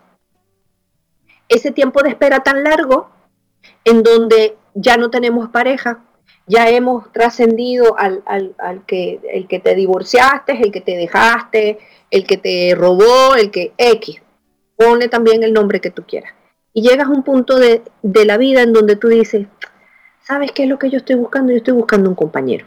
Speaker 2: Ese tiempo de espera tan largo, en donde ya no tenemos pareja, ya hemos trascendido al, al, al que, el que te divorciaste, el que te dejaste, el que te robó, el que X. Ponle también el nombre que tú quieras. Y llegas a un punto de, de la vida en donde tú dices, ¿sabes qué es lo que yo estoy buscando? Yo estoy buscando un compañero.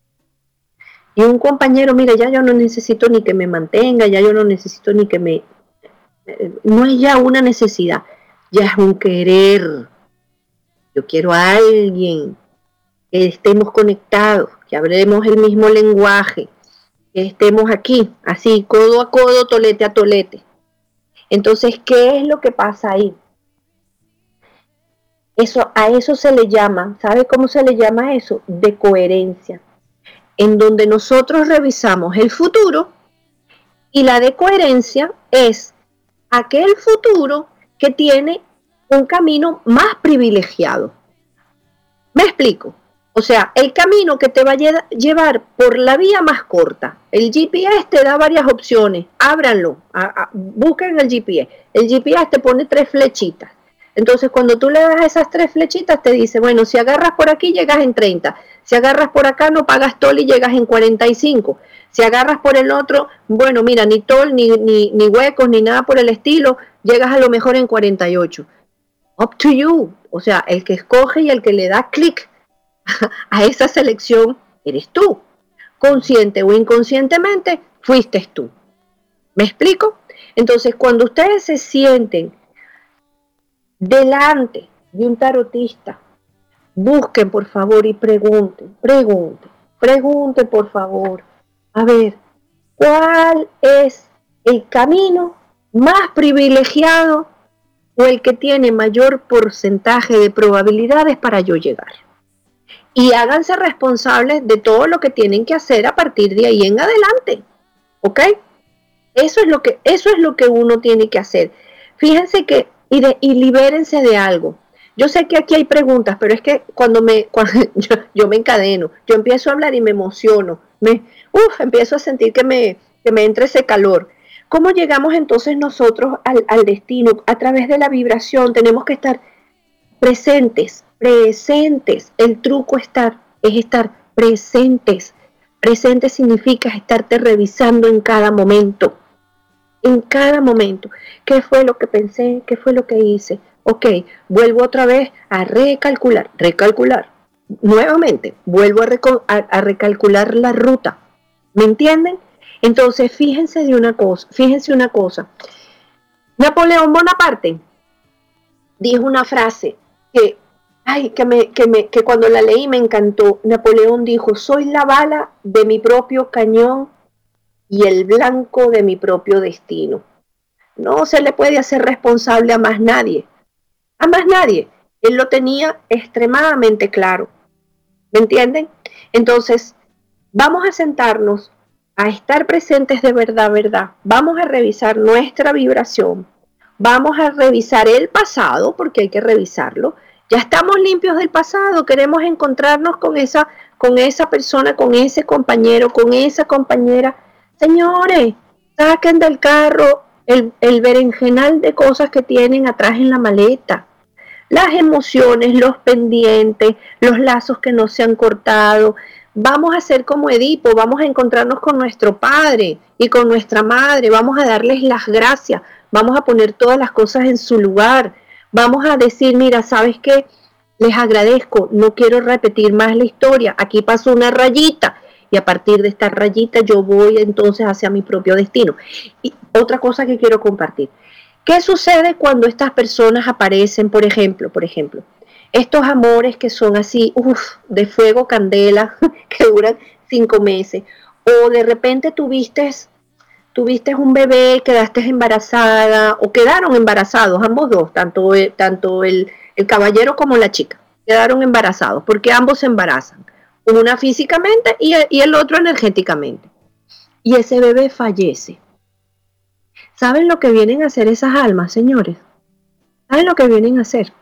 Speaker 2: Y un compañero, mira, ya yo no necesito ni que me mantenga, ya yo no necesito ni que me... No es ya una necesidad. ya es un querer. Yo quiero a alguien que estemos conectados, que hablemos el mismo lenguaje, que estemos aquí, así, codo a codo, tolete a tolete. Entonces, ¿qué es lo que pasa ahí? Eso, a eso se le llama, ¿sabe cómo se le llama eso? De coherencia, en donde nosotros revisamos el futuro y la de coherencia es aquel futuro que tiene un camino más privilegiado. ¿Me explico? O sea, el camino que te va a llevar por la vía más corta. El G P S te da varias opciones. Ábranlo, a, a, busquen el G P S. El G P S te pone tres flechitas. Entonces, cuando tú le das esas tres flechitas, te dice, bueno, si agarras por aquí, llegas en treinta. Si agarras por acá, no pagas toll y llegas en cuarenta y cinco. Si agarras por el otro, bueno, mira, ni toll, ni, ni, ni huecos, ni nada por el estilo, llegas a lo mejor en cuarenta y ocho. Up to you. O sea, el que escoge y el que le da clic a esa selección eres tú. Consciente o inconscientemente, fuiste tú. ¿Me explico? Entonces, cuando ustedes se sienten delante de un tarotista, busquen por favor y pregunten, pregunten, pregunten por favor, a ver, ¿cuál es el camino más privilegiado o el que tiene mayor porcentaje de probabilidades para yo llegar? Y háganse responsables de todo lo que tienen que hacer a partir de ahí en adelante, ¿ok? Eso es lo que, eso es lo que uno tiene que hacer. Fíjense que Y, de, y libérense de algo. Yo sé que aquí hay preguntas, pero es que cuando me cuando yo, yo me encadeno, yo empiezo a hablar y me emociono, me, uf, empiezo a sentir que me, que me entra ese calor. ¿Cómo llegamos entonces nosotros al, al destino? A través de la vibración. Tenemos que estar presentes, presentes. El truco estar, es estar presentes. Presente significa estarte revisando en cada momento. En cada momento, ¿qué fue lo que pensé? ¿Qué fue lo que hice? Ok, vuelvo otra vez a recalcular, recalcular. Nuevamente, vuelvo a, reco- a, a recalcular la ruta. ¿Me entienden? Entonces, fíjense de una cosa, fíjense una cosa. Napoleón Bonaparte dijo una frase que, ay, que, me, que, me, que cuando la leí me encantó. Napoleón dijo, soy la bala de mi propio cañón y el blanco de mi propio destino. No se le puede hacer responsable a más nadie. A más nadie. Él lo tenía extremadamente claro. ¿Me entienden? Entonces, vamos a sentarnos a estar presentes de verdad, verdad. Vamos a revisar nuestra vibración. Vamos a revisar el pasado, porque hay que revisarlo. Ya estamos limpios del pasado. Queremos encontrarnos con esa, con esa persona, con ese compañero, con esa compañera. Señores, saquen del carro el, el berenjenal de cosas que tienen atrás en la maleta. Las emociones, los pendientes, los lazos que no se han cortado. Vamos a ser como Edipo, vamos a encontrarnos con nuestro padre y con nuestra madre. Vamos a darles las gracias, vamos a poner todas las cosas en su lugar. Vamos a decir, mira, ¿sabes qué? Les agradezco, no quiero repetir más la historia. Aquí pasó una rayita. Y a partir de esta rayita yo voy entonces hacia mi propio destino. Y otra cosa que quiero compartir. ¿Qué sucede cuando estas personas aparecen, por ejemplo, por ejemplo, estos amores que son así, uff, de fuego candela, que duran cinco meses? O de repente tuviste, tuviste un bebé, quedaste embarazada, o quedaron embarazados, ambos dos, tanto, tanto el, el caballero como la chica, quedaron embarazados, porque ambos se embarazan. Una físicamente y el, y el otro energéticamente. Y ese bebé fallece. ¿Saben lo que vienen a hacer esas almas, señores? ¿Saben lo que vienen a hacer?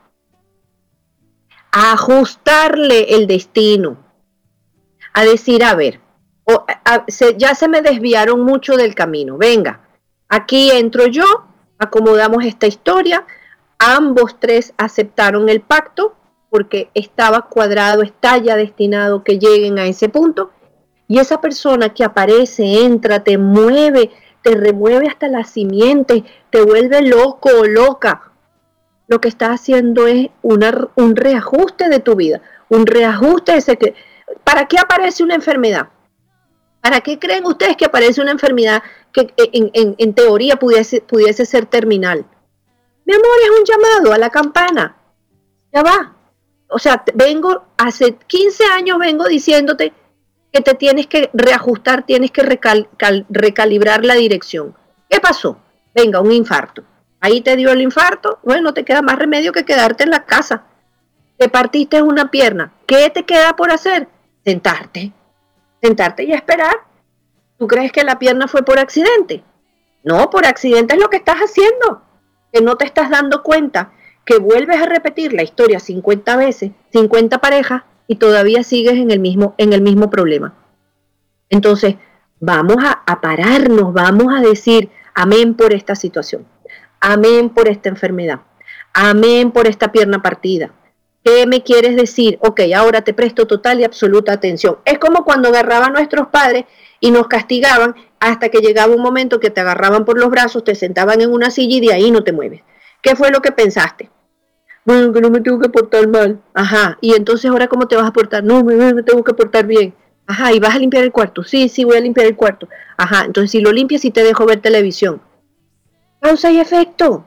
Speaker 2: A ajustarle el destino. A decir, a ver, o, a, se, ya se me desviaron mucho del camino. Venga, aquí entro yo, acomodamos esta historia. Ambos tres aceptaron el pacto, porque estaba cuadrado, está ya destinado que lleguen a ese punto, y esa persona que aparece, entra, te mueve, te remueve hasta la simiente, te vuelve loco o loca, lo que está haciendo es una, un reajuste de tu vida, un reajuste de ese que... ¿Para qué aparece una enfermedad? ¿Para qué creen ustedes que aparece una enfermedad que en, en, en teoría pudiese, pudiese ser terminal? Mi amor, es un llamado a la campana. Ya va. O sea, vengo, hace quince años vengo diciéndote que te tienes que reajustar, tienes que recal, cal, recalibrar la dirección. ¿Qué pasó? Venga, un infarto. Ahí te dio el infarto, bueno, no te queda más remedio que quedarte en la casa. Te partiste una pierna. ¿Qué te queda por hacer? Sentarte. Sentarte y esperar. ¿Tú crees que la pierna fue por accidente? No, por accidente es lo que estás haciendo. Que no te estás dando cuenta que vuelves a repetir la historia cincuenta veces, cincuenta parejas, y todavía sigues en el mismo, en el mismo problema. Entonces, vamos a, a pararnos, vamos a decir amén por esta situación, amén por esta enfermedad, amén por esta pierna partida. ¿Qué me quieres decir? Ok, ahora te presto total y absoluta atención. Es como cuando agarraban a nuestros padres y nos castigaban hasta que llegaba un momento que te agarraban por los brazos, te sentaban en una silla y de ahí no te mueves. ¿Qué fue lo que pensaste? Bueno, que no me tengo que portar mal. Ajá, y entonces ahora ¿cómo te vas a portar? No, me, me tengo que portar bien. Ajá, ¿y vas a limpiar el cuarto? Sí, sí, voy a limpiar el cuarto. Ajá, entonces si lo limpias sí te dejo ver televisión. Causa y efecto.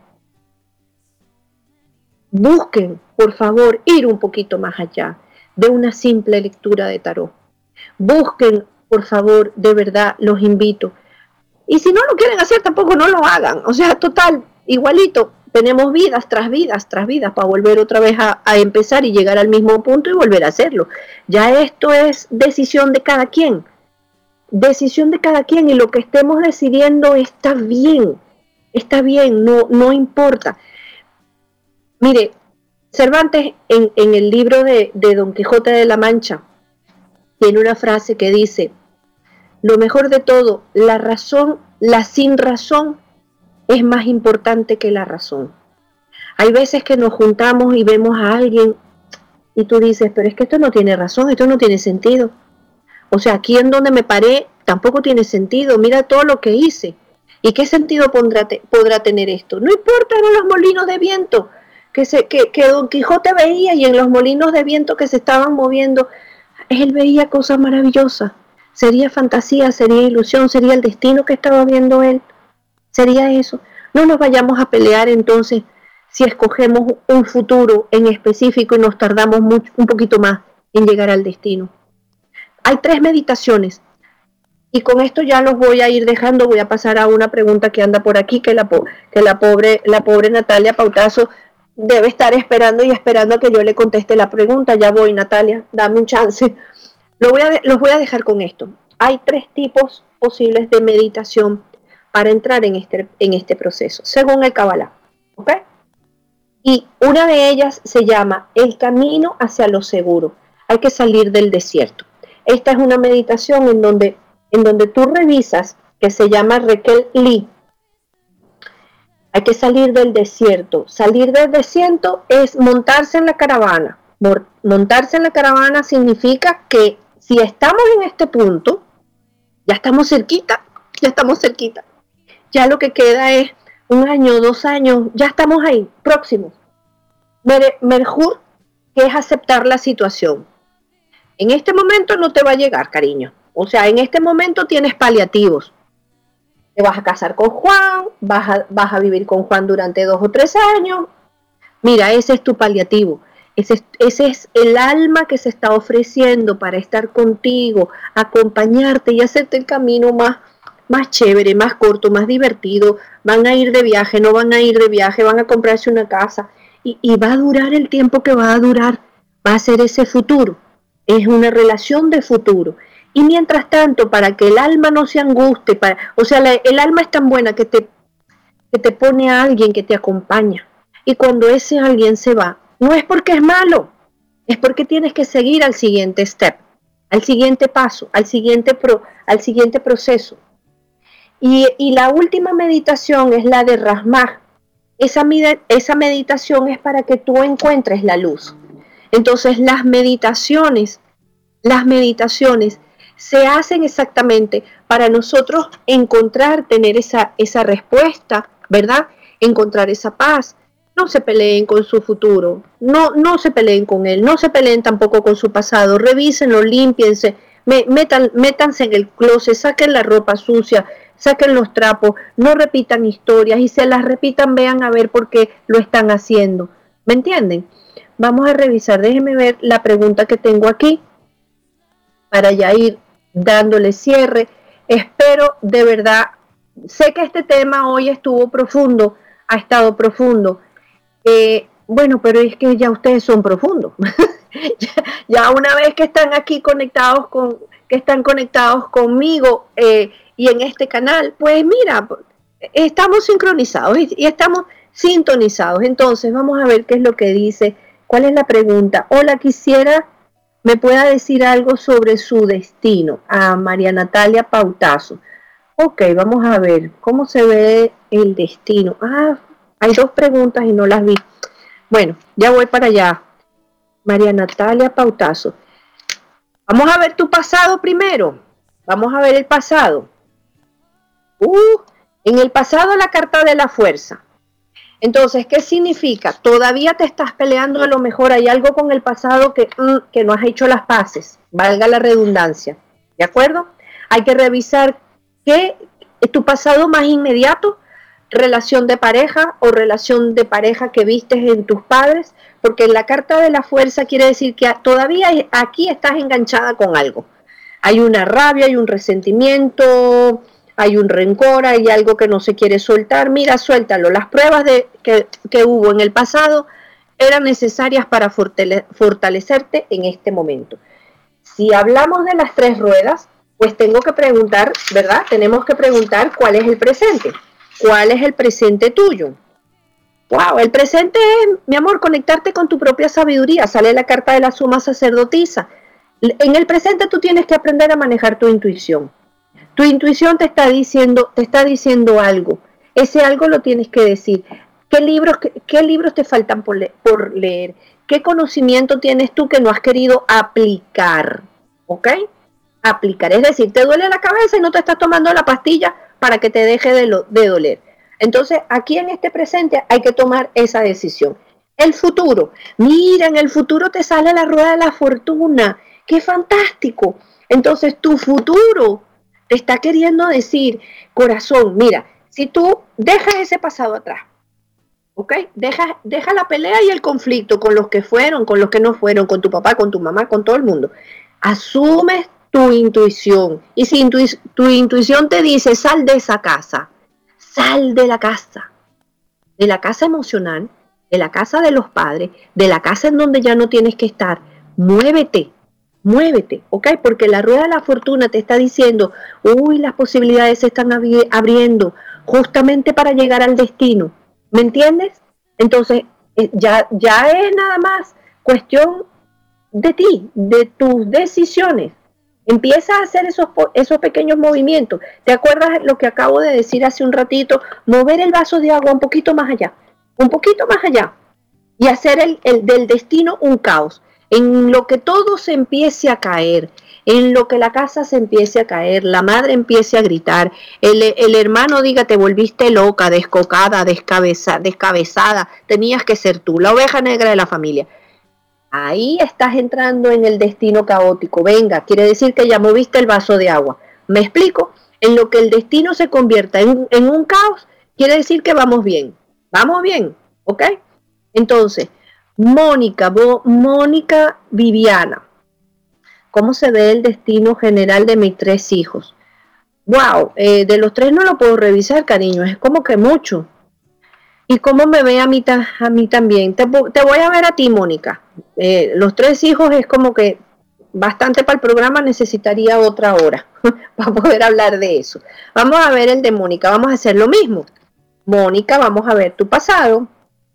Speaker 2: Busquen, por favor, ir un poquito más allá de una simple lectura de tarot. Busquen, por favor, de verdad, los invito. Y si no lo quieren hacer, tampoco no lo hagan. O sea, total, igualito, tenemos vidas tras vidas tras vidas para volver otra vez a, a empezar y llegar al mismo punto y volver a hacerlo. Ya esto es decisión de cada quien. Decisión de cada quien, y lo que estemos decidiendo está bien. Está bien, no, no importa. Mire, Cervantes en, en el libro de, de Don Quijote de la Mancha tiene una frase que dice: lo mejor de todo, la razón, la sin razón es más importante que la razón. Hay veces que nos juntamos y vemos a alguien y tú dices, pero es que esto no tiene razón, esto no tiene sentido. O sea, aquí en donde me paré tampoco tiene sentido, mira todo lo que hice. ¿Y qué sentido podrá, te, podrá tener esto? No importa, eran los molinos de viento que, se, que, que Don Quijote veía, y en los molinos de viento que se estaban moviendo, él veía cosas maravillosas. Sería fantasía, sería ilusión, sería el destino que estaba viendo él. Sería eso. No nos vayamos a pelear entonces si escogemos un futuro en específico y nos tardamos mucho, un poquito más en llegar al destino. Hay tres meditaciones y con esto ya los voy a ir dejando. Voy a pasar a una pregunta que anda por aquí, que la, que la, pobre, la pobre Natalia Pautazo debe estar esperando y esperando a que yo le conteste la pregunta. Ya voy, Natalia, dame un chance. Lo voy a, los voy a dejar con esto. Hay tres tipos posibles de meditación para entrar en este, en este proceso, según el Kabbalah. ¿Ok? Y una de ellas se llama el camino hacia lo seguro. Hay que salir del desierto. Esta es una meditación en donde, en donde tú revisas, que se llama Raquel Lee. Hay que salir del desierto. Salir del desierto es montarse en la caravana. Montarse en la caravana significa que si estamos en este punto, ya estamos cerquita, ya estamos cerquita. Ya lo que queda es un año, dos años, ya estamos ahí, próximos. Mejor que es aceptar la situación. En este momento no te va a llegar, cariño. O sea, en este momento tienes paliativos. Te vas a casar con Juan, vas a, vas a vivir con Juan durante dos o tres años. Mira, ese es tu paliativo. Ese es, ese es el alma que se está ofreciendo para estar contigo, acompañarte y hacerte el camino más, más chévere, más corto, más divertido. Van a ir de viaje, no van a ir de viaje, van a comprarse una casa. Y, y va a durar el tiempo que va a durar. Va a ser ese futuro. Es una relación de futuro. Y mientras tanto, para que el alma no se anguste, para, o sea, la, el alma es tan buena que te, que te pone a alguien que te acompaña. Y cuando ese alguien se va, no es porque es malo, es porque tienes que seguir al siguiente step, al siguiente paso, al siguiente, pro, al siguiente proceso. Y, y la última meditación es la de Rasmaj. Esa, esa meditación es para que tú encuentres la luz. Entonces las meditaciones, las meditaciones se hacen exactamente para nosotros encontrar, tener esa, esa respuesta, ¿verdad? Encontrar esa paz. No se peleen con su futuro, no, no se peleen con él, no se peleen tampoco con su pasado, revísenlo, límpiense, me, metan, métanse en el closet, saquen la ropa sucia, saquen los trapos, no repitan historias y se las repitan, vean a ver por qué lo están haciendo. ¿Me entienden? Vamos a revisar, déjenme ver la pregunta que tengo aquí para ya ir dándole cierre. Espero de verdad, sé que este tema hoy estuvo profundo, ha estado profundo. Eh, bueno, pero es que ya ustedes son profundos. ya, ya una vez que están aquí conectados con, que están conectados conmigo eh, y en este canal, pues mira, estamos sincronizados y, y estamos sintonizados. Entonces vamos a ver qué es lo que dice. ¿Cuál es la pregunta? Hola, quisiera me pueda decir algo sobre su destino. A María Natalia Pautazo. Ok, vamos a ver cómo se ve el destino. Ah, hay dos preguntas y no las vi. Bueno, ya voy para allá. María Natalia Pautazo. Vamos a ver tu pasado primero. Vamos a ver el pasado. Uh, en el pasado la carta de la fuerza. Entonces, ¿qué significa? Todavía te estás peleando, a lo mejor hay algo con el pasado que, mm, que no has hecho las paces, valga la redundancia, ¿de acuerdo? Hay que revisar qué es tu pasado más inmediato, relación de pareja o relación de pareja que vistes en tus padres, porque en la carta de la fuerza quiere decir que todavía aquí estás enganchada con algo. Hay una rabia, hay un resentimiento, hay un rencor, hay algo que no se quiere soltar. Mira, suéltalo. Las pruebas de, que, que hubo en el pasado eran necesarias para fortale, fortalecerte en este momento. Si hablamos de las tres ruedas, pues tengo que preguntar, ¿verdad? Tenemos que preguntar cuál es el presente. ¿Cuál es el presente tuyo? Wow, el presente es, mi amor, conectarte con tu propia sabiduría. Sale la carta de la suma sacerdotisa. En el presente tú tienes que aprender a manejar tu intuición. Tu intuición te está diciendo, te está diciendo algo. Ese algo lo tienes que decir. ¿Qué libros, qué, qué libros te faltan por, le, por leer? ¿Qué conocimiento tienes tú que no has querido aplicar? ¿Ok? Aplicar. Es decir, te duele la cabeza y no te estás tomando la pastilla para que te deje de, lo, de doler. Entonces, aquí en este presente hay que tomar esa decisión. El futuro. Mira, en el futuro te sale la rueda de la fortuna. ¡Qué fantástico! Entonces, tu futuro te está queriendo decir, corazón, mira, si tú dejas ese pasado atrás, ¿ok? Deja, deja la pelea y el conflicto con los que fueron, con los que no fueron, con tu papá, con tu mamá, con todo el mundo. Asumes tu intuición. Y si intu tu intuición te dice, sal de esa casa, sal de la casa, de la casa emocional, de la casa de los padres, de la casa en donde ya no tienes que estar, muévete. Muévete, ¿ok? Porque la rueda de la fortuna te está diciendo, uy, las posibilidades se están abri abriendo justamente para llegar al destino. ¿Me entiendes? Entonces, eh, ya, ya es nada más cuestión de ti, de tus decisiones. Empieza a hacer esos, esos pequeños movimientos. ¿Te acuerdas lo que acabo de decir hace un ratito? Mover el vaso de agua un poquito más allá, un poquito más allá, y hacer el, el del destino un caos. En lo que todo se empiece a caer, en lo que la casa se empiece a caer, la madre empiece a gritar, el, el hermano diga, te volviste loca, descocada, descabeza, descabezada, tenías que ser tú, la oveja negra de la familia. Ahí estás entrando en el destino caótico. Venga, quiere decir que ya moviste el vaso de agua. ¿Me explico? En lo que el destino se convierta en, en un caos, quiere decir que vamos bien. Vamos bien, ¿ok? Entonces, Mónica, Mónica Viviana, ¿cómo se ve el destino general de mis tres hijos? Wow, eh, de los tres no lo puedo revisar, cariño, es como que mucho. ¿Y cómo me ve a mí, a mí también? Te, te voy a ver a ti, Mónica. Eh, los tres hijos es como que bastante para el programa, necesitaría otra hora para poder hablar de eso. Vamos a ver el de Mónica, vamos a hacer lo mismo. Mónica, vamos a ver tu pasado.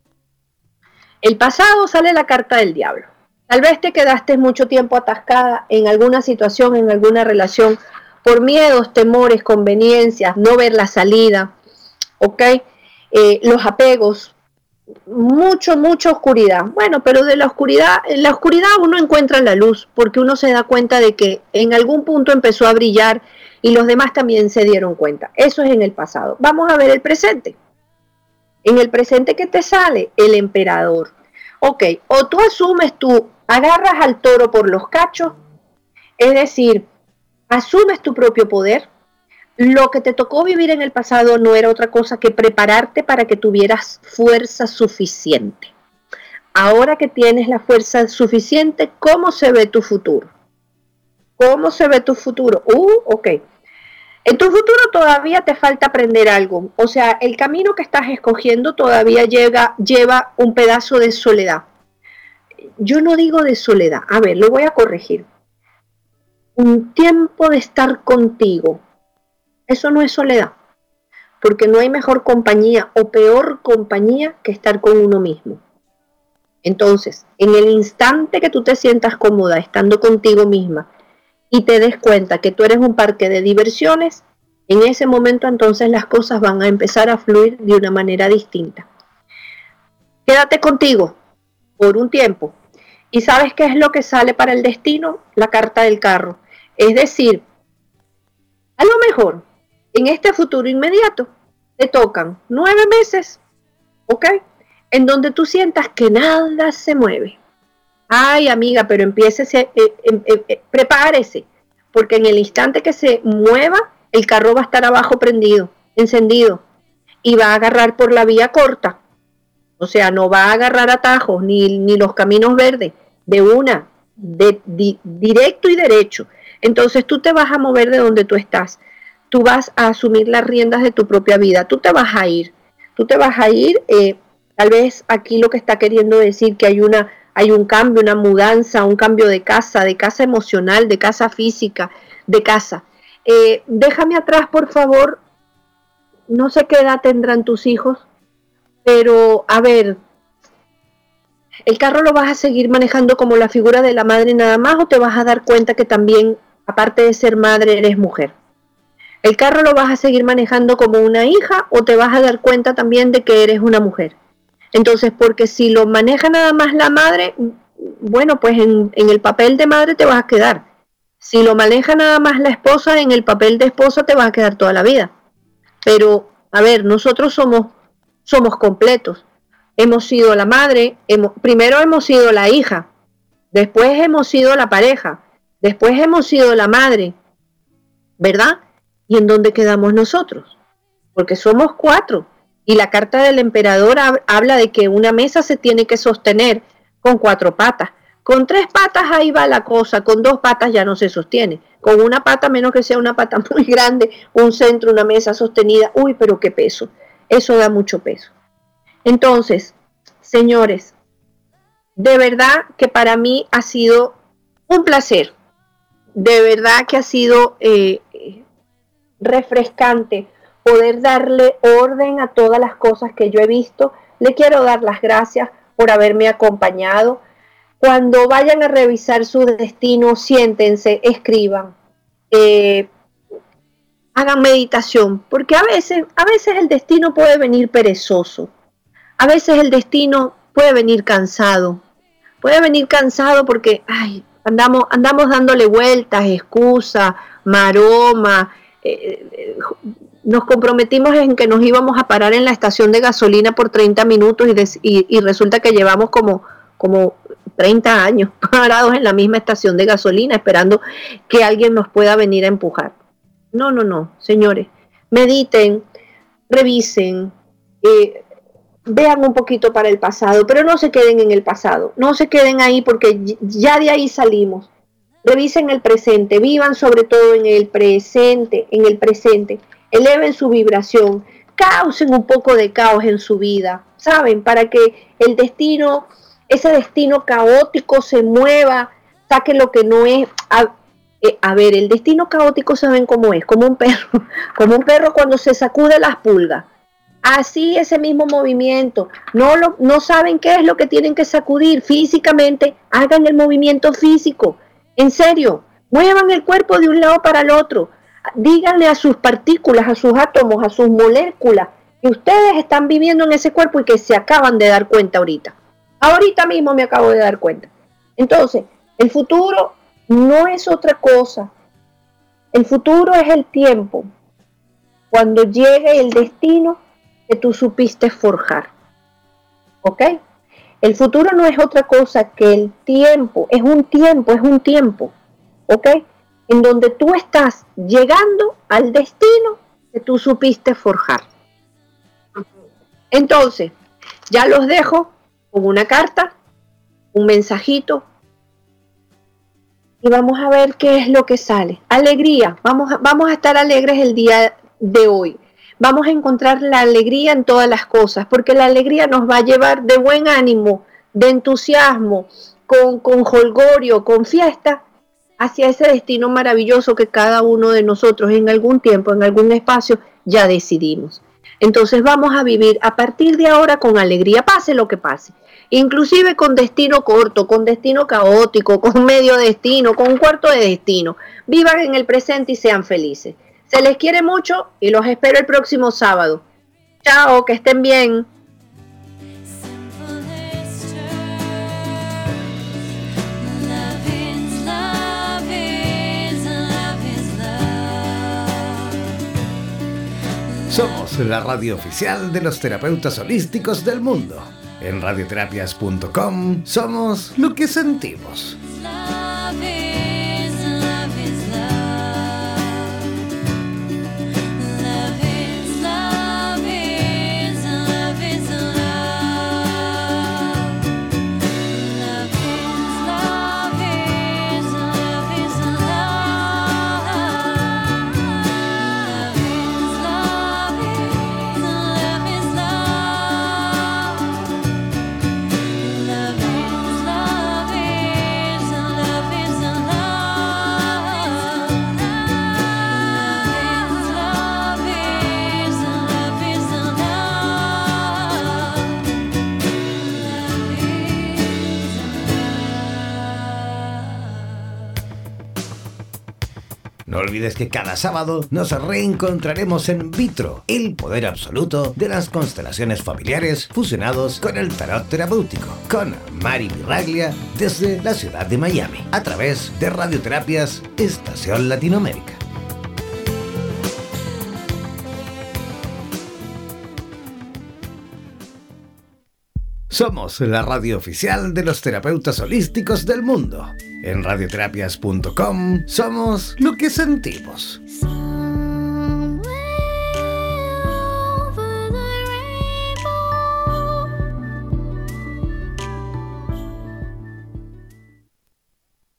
Speaker 2: El pasado sale la carta del diablo. Tal vez te quedaste mucho tiempo atascada en alguna situación, en alguna relación, por miedos, temores, conveniencias, no ver la salida, ¿ok? Eh, los apegos, mucho, mucha oscuridad. Bueno, pero de la oscuridad, en la oscuridad uno encuentra la luz, porque uno se da cuenta de que en algún punto empezó a brillar y los demás también se dieron cuenta. Eso es en el pasado. Vamos a ver el presente. En el presente, ¿qué te sale? El emperador. Ok, o tú asumes, tú agarras al toro por los cachos, es decir, asumes tu propio poder, lo que te tocó vivir en el pasado no era otra cosa que prepararte para que tuvieras fuerza suficiente. Ahora que tienes la fuerza suficiente, ¿cómo se ve tu futuro? ¿Cómo se ve tu futuro? Uh, ok. En tu futuro todavía te falta aprender algo. O sea, el camino que estás escogiendo todavía llega, lleva un pedazo de soledad. Yo no digo de soledad. A ver, lo voy a corregir. Un tiempo de estar contigo. Eso no es soledad. Porque no hay mejor compañía o peor compañía que estar con uno mismo. Entonces, en el instante que tú te sientas cómoda estando contigo misma y te des cuenta que tú eres un parque de diversiones, en ese momento entonces las cosas van a empezar a fluir de una manera distinta. Quédate contigo por un tiempo. ¿Y sabes qué es lo que sale para el destino? La carta del carro. Es decir, a lo mejor en este futuro inmediato te tocan nueve meses, ¿ok? En donde tú sientas que nada se mueve. Ay, amiga, pero empiece, eh, eh, eh, eh, prepárese, porque en el instante que se mueva, el carro va a estar abajo prendido, encendido, y va a agarrar por la vía corta. O sea, no va a agarrar atajos, ni, ni los caminos verdes, de una, de, di, directo y derecho. Entonces tú te vas a mover de donde tú estás. Tú vas a asumir las riendas de tu propia vida. Tú te vas a ir. Tú te vas a ir, eh, tal vez aquí lo que está queriendo decir que hay una... Hay un cambio, una mudanza, un cambio de casa, de casa emocional, de casa física, de casa. Eh, déjame atrás, por favor. No sé qué edad tendrán tus hijos, pero a ver, ¿el carro lo vas a seguir manejando como la figura de la madre nada más o te vas a dar cuenta que también, aparte de ser madre, eres mujer? ¿El carro lo vas a seguir manejando como una hija o te vas a dar cuenta también de que eres una mujer? Entonces, porque si lo maneja nada más la madre, bueno, pues en, en el papel de madre te vas a quedar. Si lo maneja nada más la esposa, en el papel de esposa te vas a quedar toda la vida. Pero, a ver, nosotros somos, somos completos. Hemos sido la madre, hemos, primero hemos sido la hija, después hemos sido la pareja, después hemos sido la madre, ¿verdad? ¿Y en dónde quedamos nosotros? Porque somos cuatro. Y la carta del emperador habla de que una mesa se tiene que sostener con cuatro patas. Con tres patas ahí va la cosa, con dos patas ya no se sostiene. Con una pata, menos que sea una pata muy grande, un centro, una mesa sostenida, uy, pero qué peso. Eso da mucho peso. Entonces, señores, de verdad que para mí ha sido un placer. De verdad que ha sido eh, refrescante poder darle orden a todas las cosas que yo he visto. Le quiero dar las gracias por haberme acompañado. Cuando vayan a revisar su destino, siéntense, escriban, eh, hagan meditación, porque a veces, a veces el destino puede venir perezoso, a veces el destino puede venir cansado, puede venir cansado porque ay, andamos, andamos dándole vueltas, excusas, maroma, eh, eh, nos comprometimos en que nos íbamos a parar en la estación de gasolina por treinta minutos y, de, y, y resulta que llevamos como, como treinta años parados en la misma estación de gasolina esperando que alguien nos pueda venir a empujar. No, no, no, señores, mediten, revisen, eh, vean un poquito para el pasado, pero no se queden en el pasado, no se queden ahí porque ya de ahí salimos. Revisen el presente, vivan sobre todo en el presente, en el presente. Eleven su vibración, causen un poco de caos en su vida, ¿saben? Para que el destino, ese destino caótico se mueva, saque lo que no es. A, eh, a ver, el destino caótico, ¿saben cómo es? Como un perro, como un perro cuando se sacude las pulgas. Así ese mismo movimiento, no, lo, no saben qué es lo que tienen que sacudir físicamente, hagan el movimiento físico, en serio, muevan el cuerpo de un lado para el otro. Díganle a sus partículas, a sus átomos, a sus moléculas, que ustedes están viviendo en ese cuerpo y que se acaban de dar cuenta ahorita. Ahorita mismo me acabo de dar cuenta. Entonces, el futuro no es otra cosa. El futuro es el tiempo. Cuando llegue el destino que tú supiste forjar. ¿Ok? El futuro no es otra cosa que el tiempo. Es un tiempo, es un tiempo. ¿Ok? en donde tú estás llegando al destino que tú supiste forjar. Entonces, ya los dejo con una carta, un mensajito, y vamos a ver qué es lo que sale. Alegría, vamos a, vamos a estar alegres el día de hoy. Vamos a encontrar la alegría en todas las cosas, porque la alegría nos va a llevar de buen ánimo, de entusiasmo, con, con jolgorio, con fiesta, hacia ese destino maravilloso que cada uno de nosotros en algún tiempo, en algún espacio, ya decidimos. Entonces vamos a vivir a partir de ahora con alegría, pase lo que pase. Inclusive con destino corto, con destino caótico, con medio destino, con un cuarto de destino. Vivan en el presente y sean felices. Se les quiere mucho y los espero el próximo sábado. Chao, que estén bien.
Speaker 1: Somos la radio oficial de los terapeutas holísticos del mundo. En radioterapias punto com somos lo que sentimos. No olvides que cada sábado nos reencontraremos en Vitro, el poder absoluto de las constelaciones familiares fusionados con el tarot terapéutico, con Mari Birraglia desde la ciudad de Miami, a través de Radioterapias Estación Latinoamérica. Somos la radio oficial de los terapeutas holísticos del mundo. En radioterapias punto com somos lo que sentimos.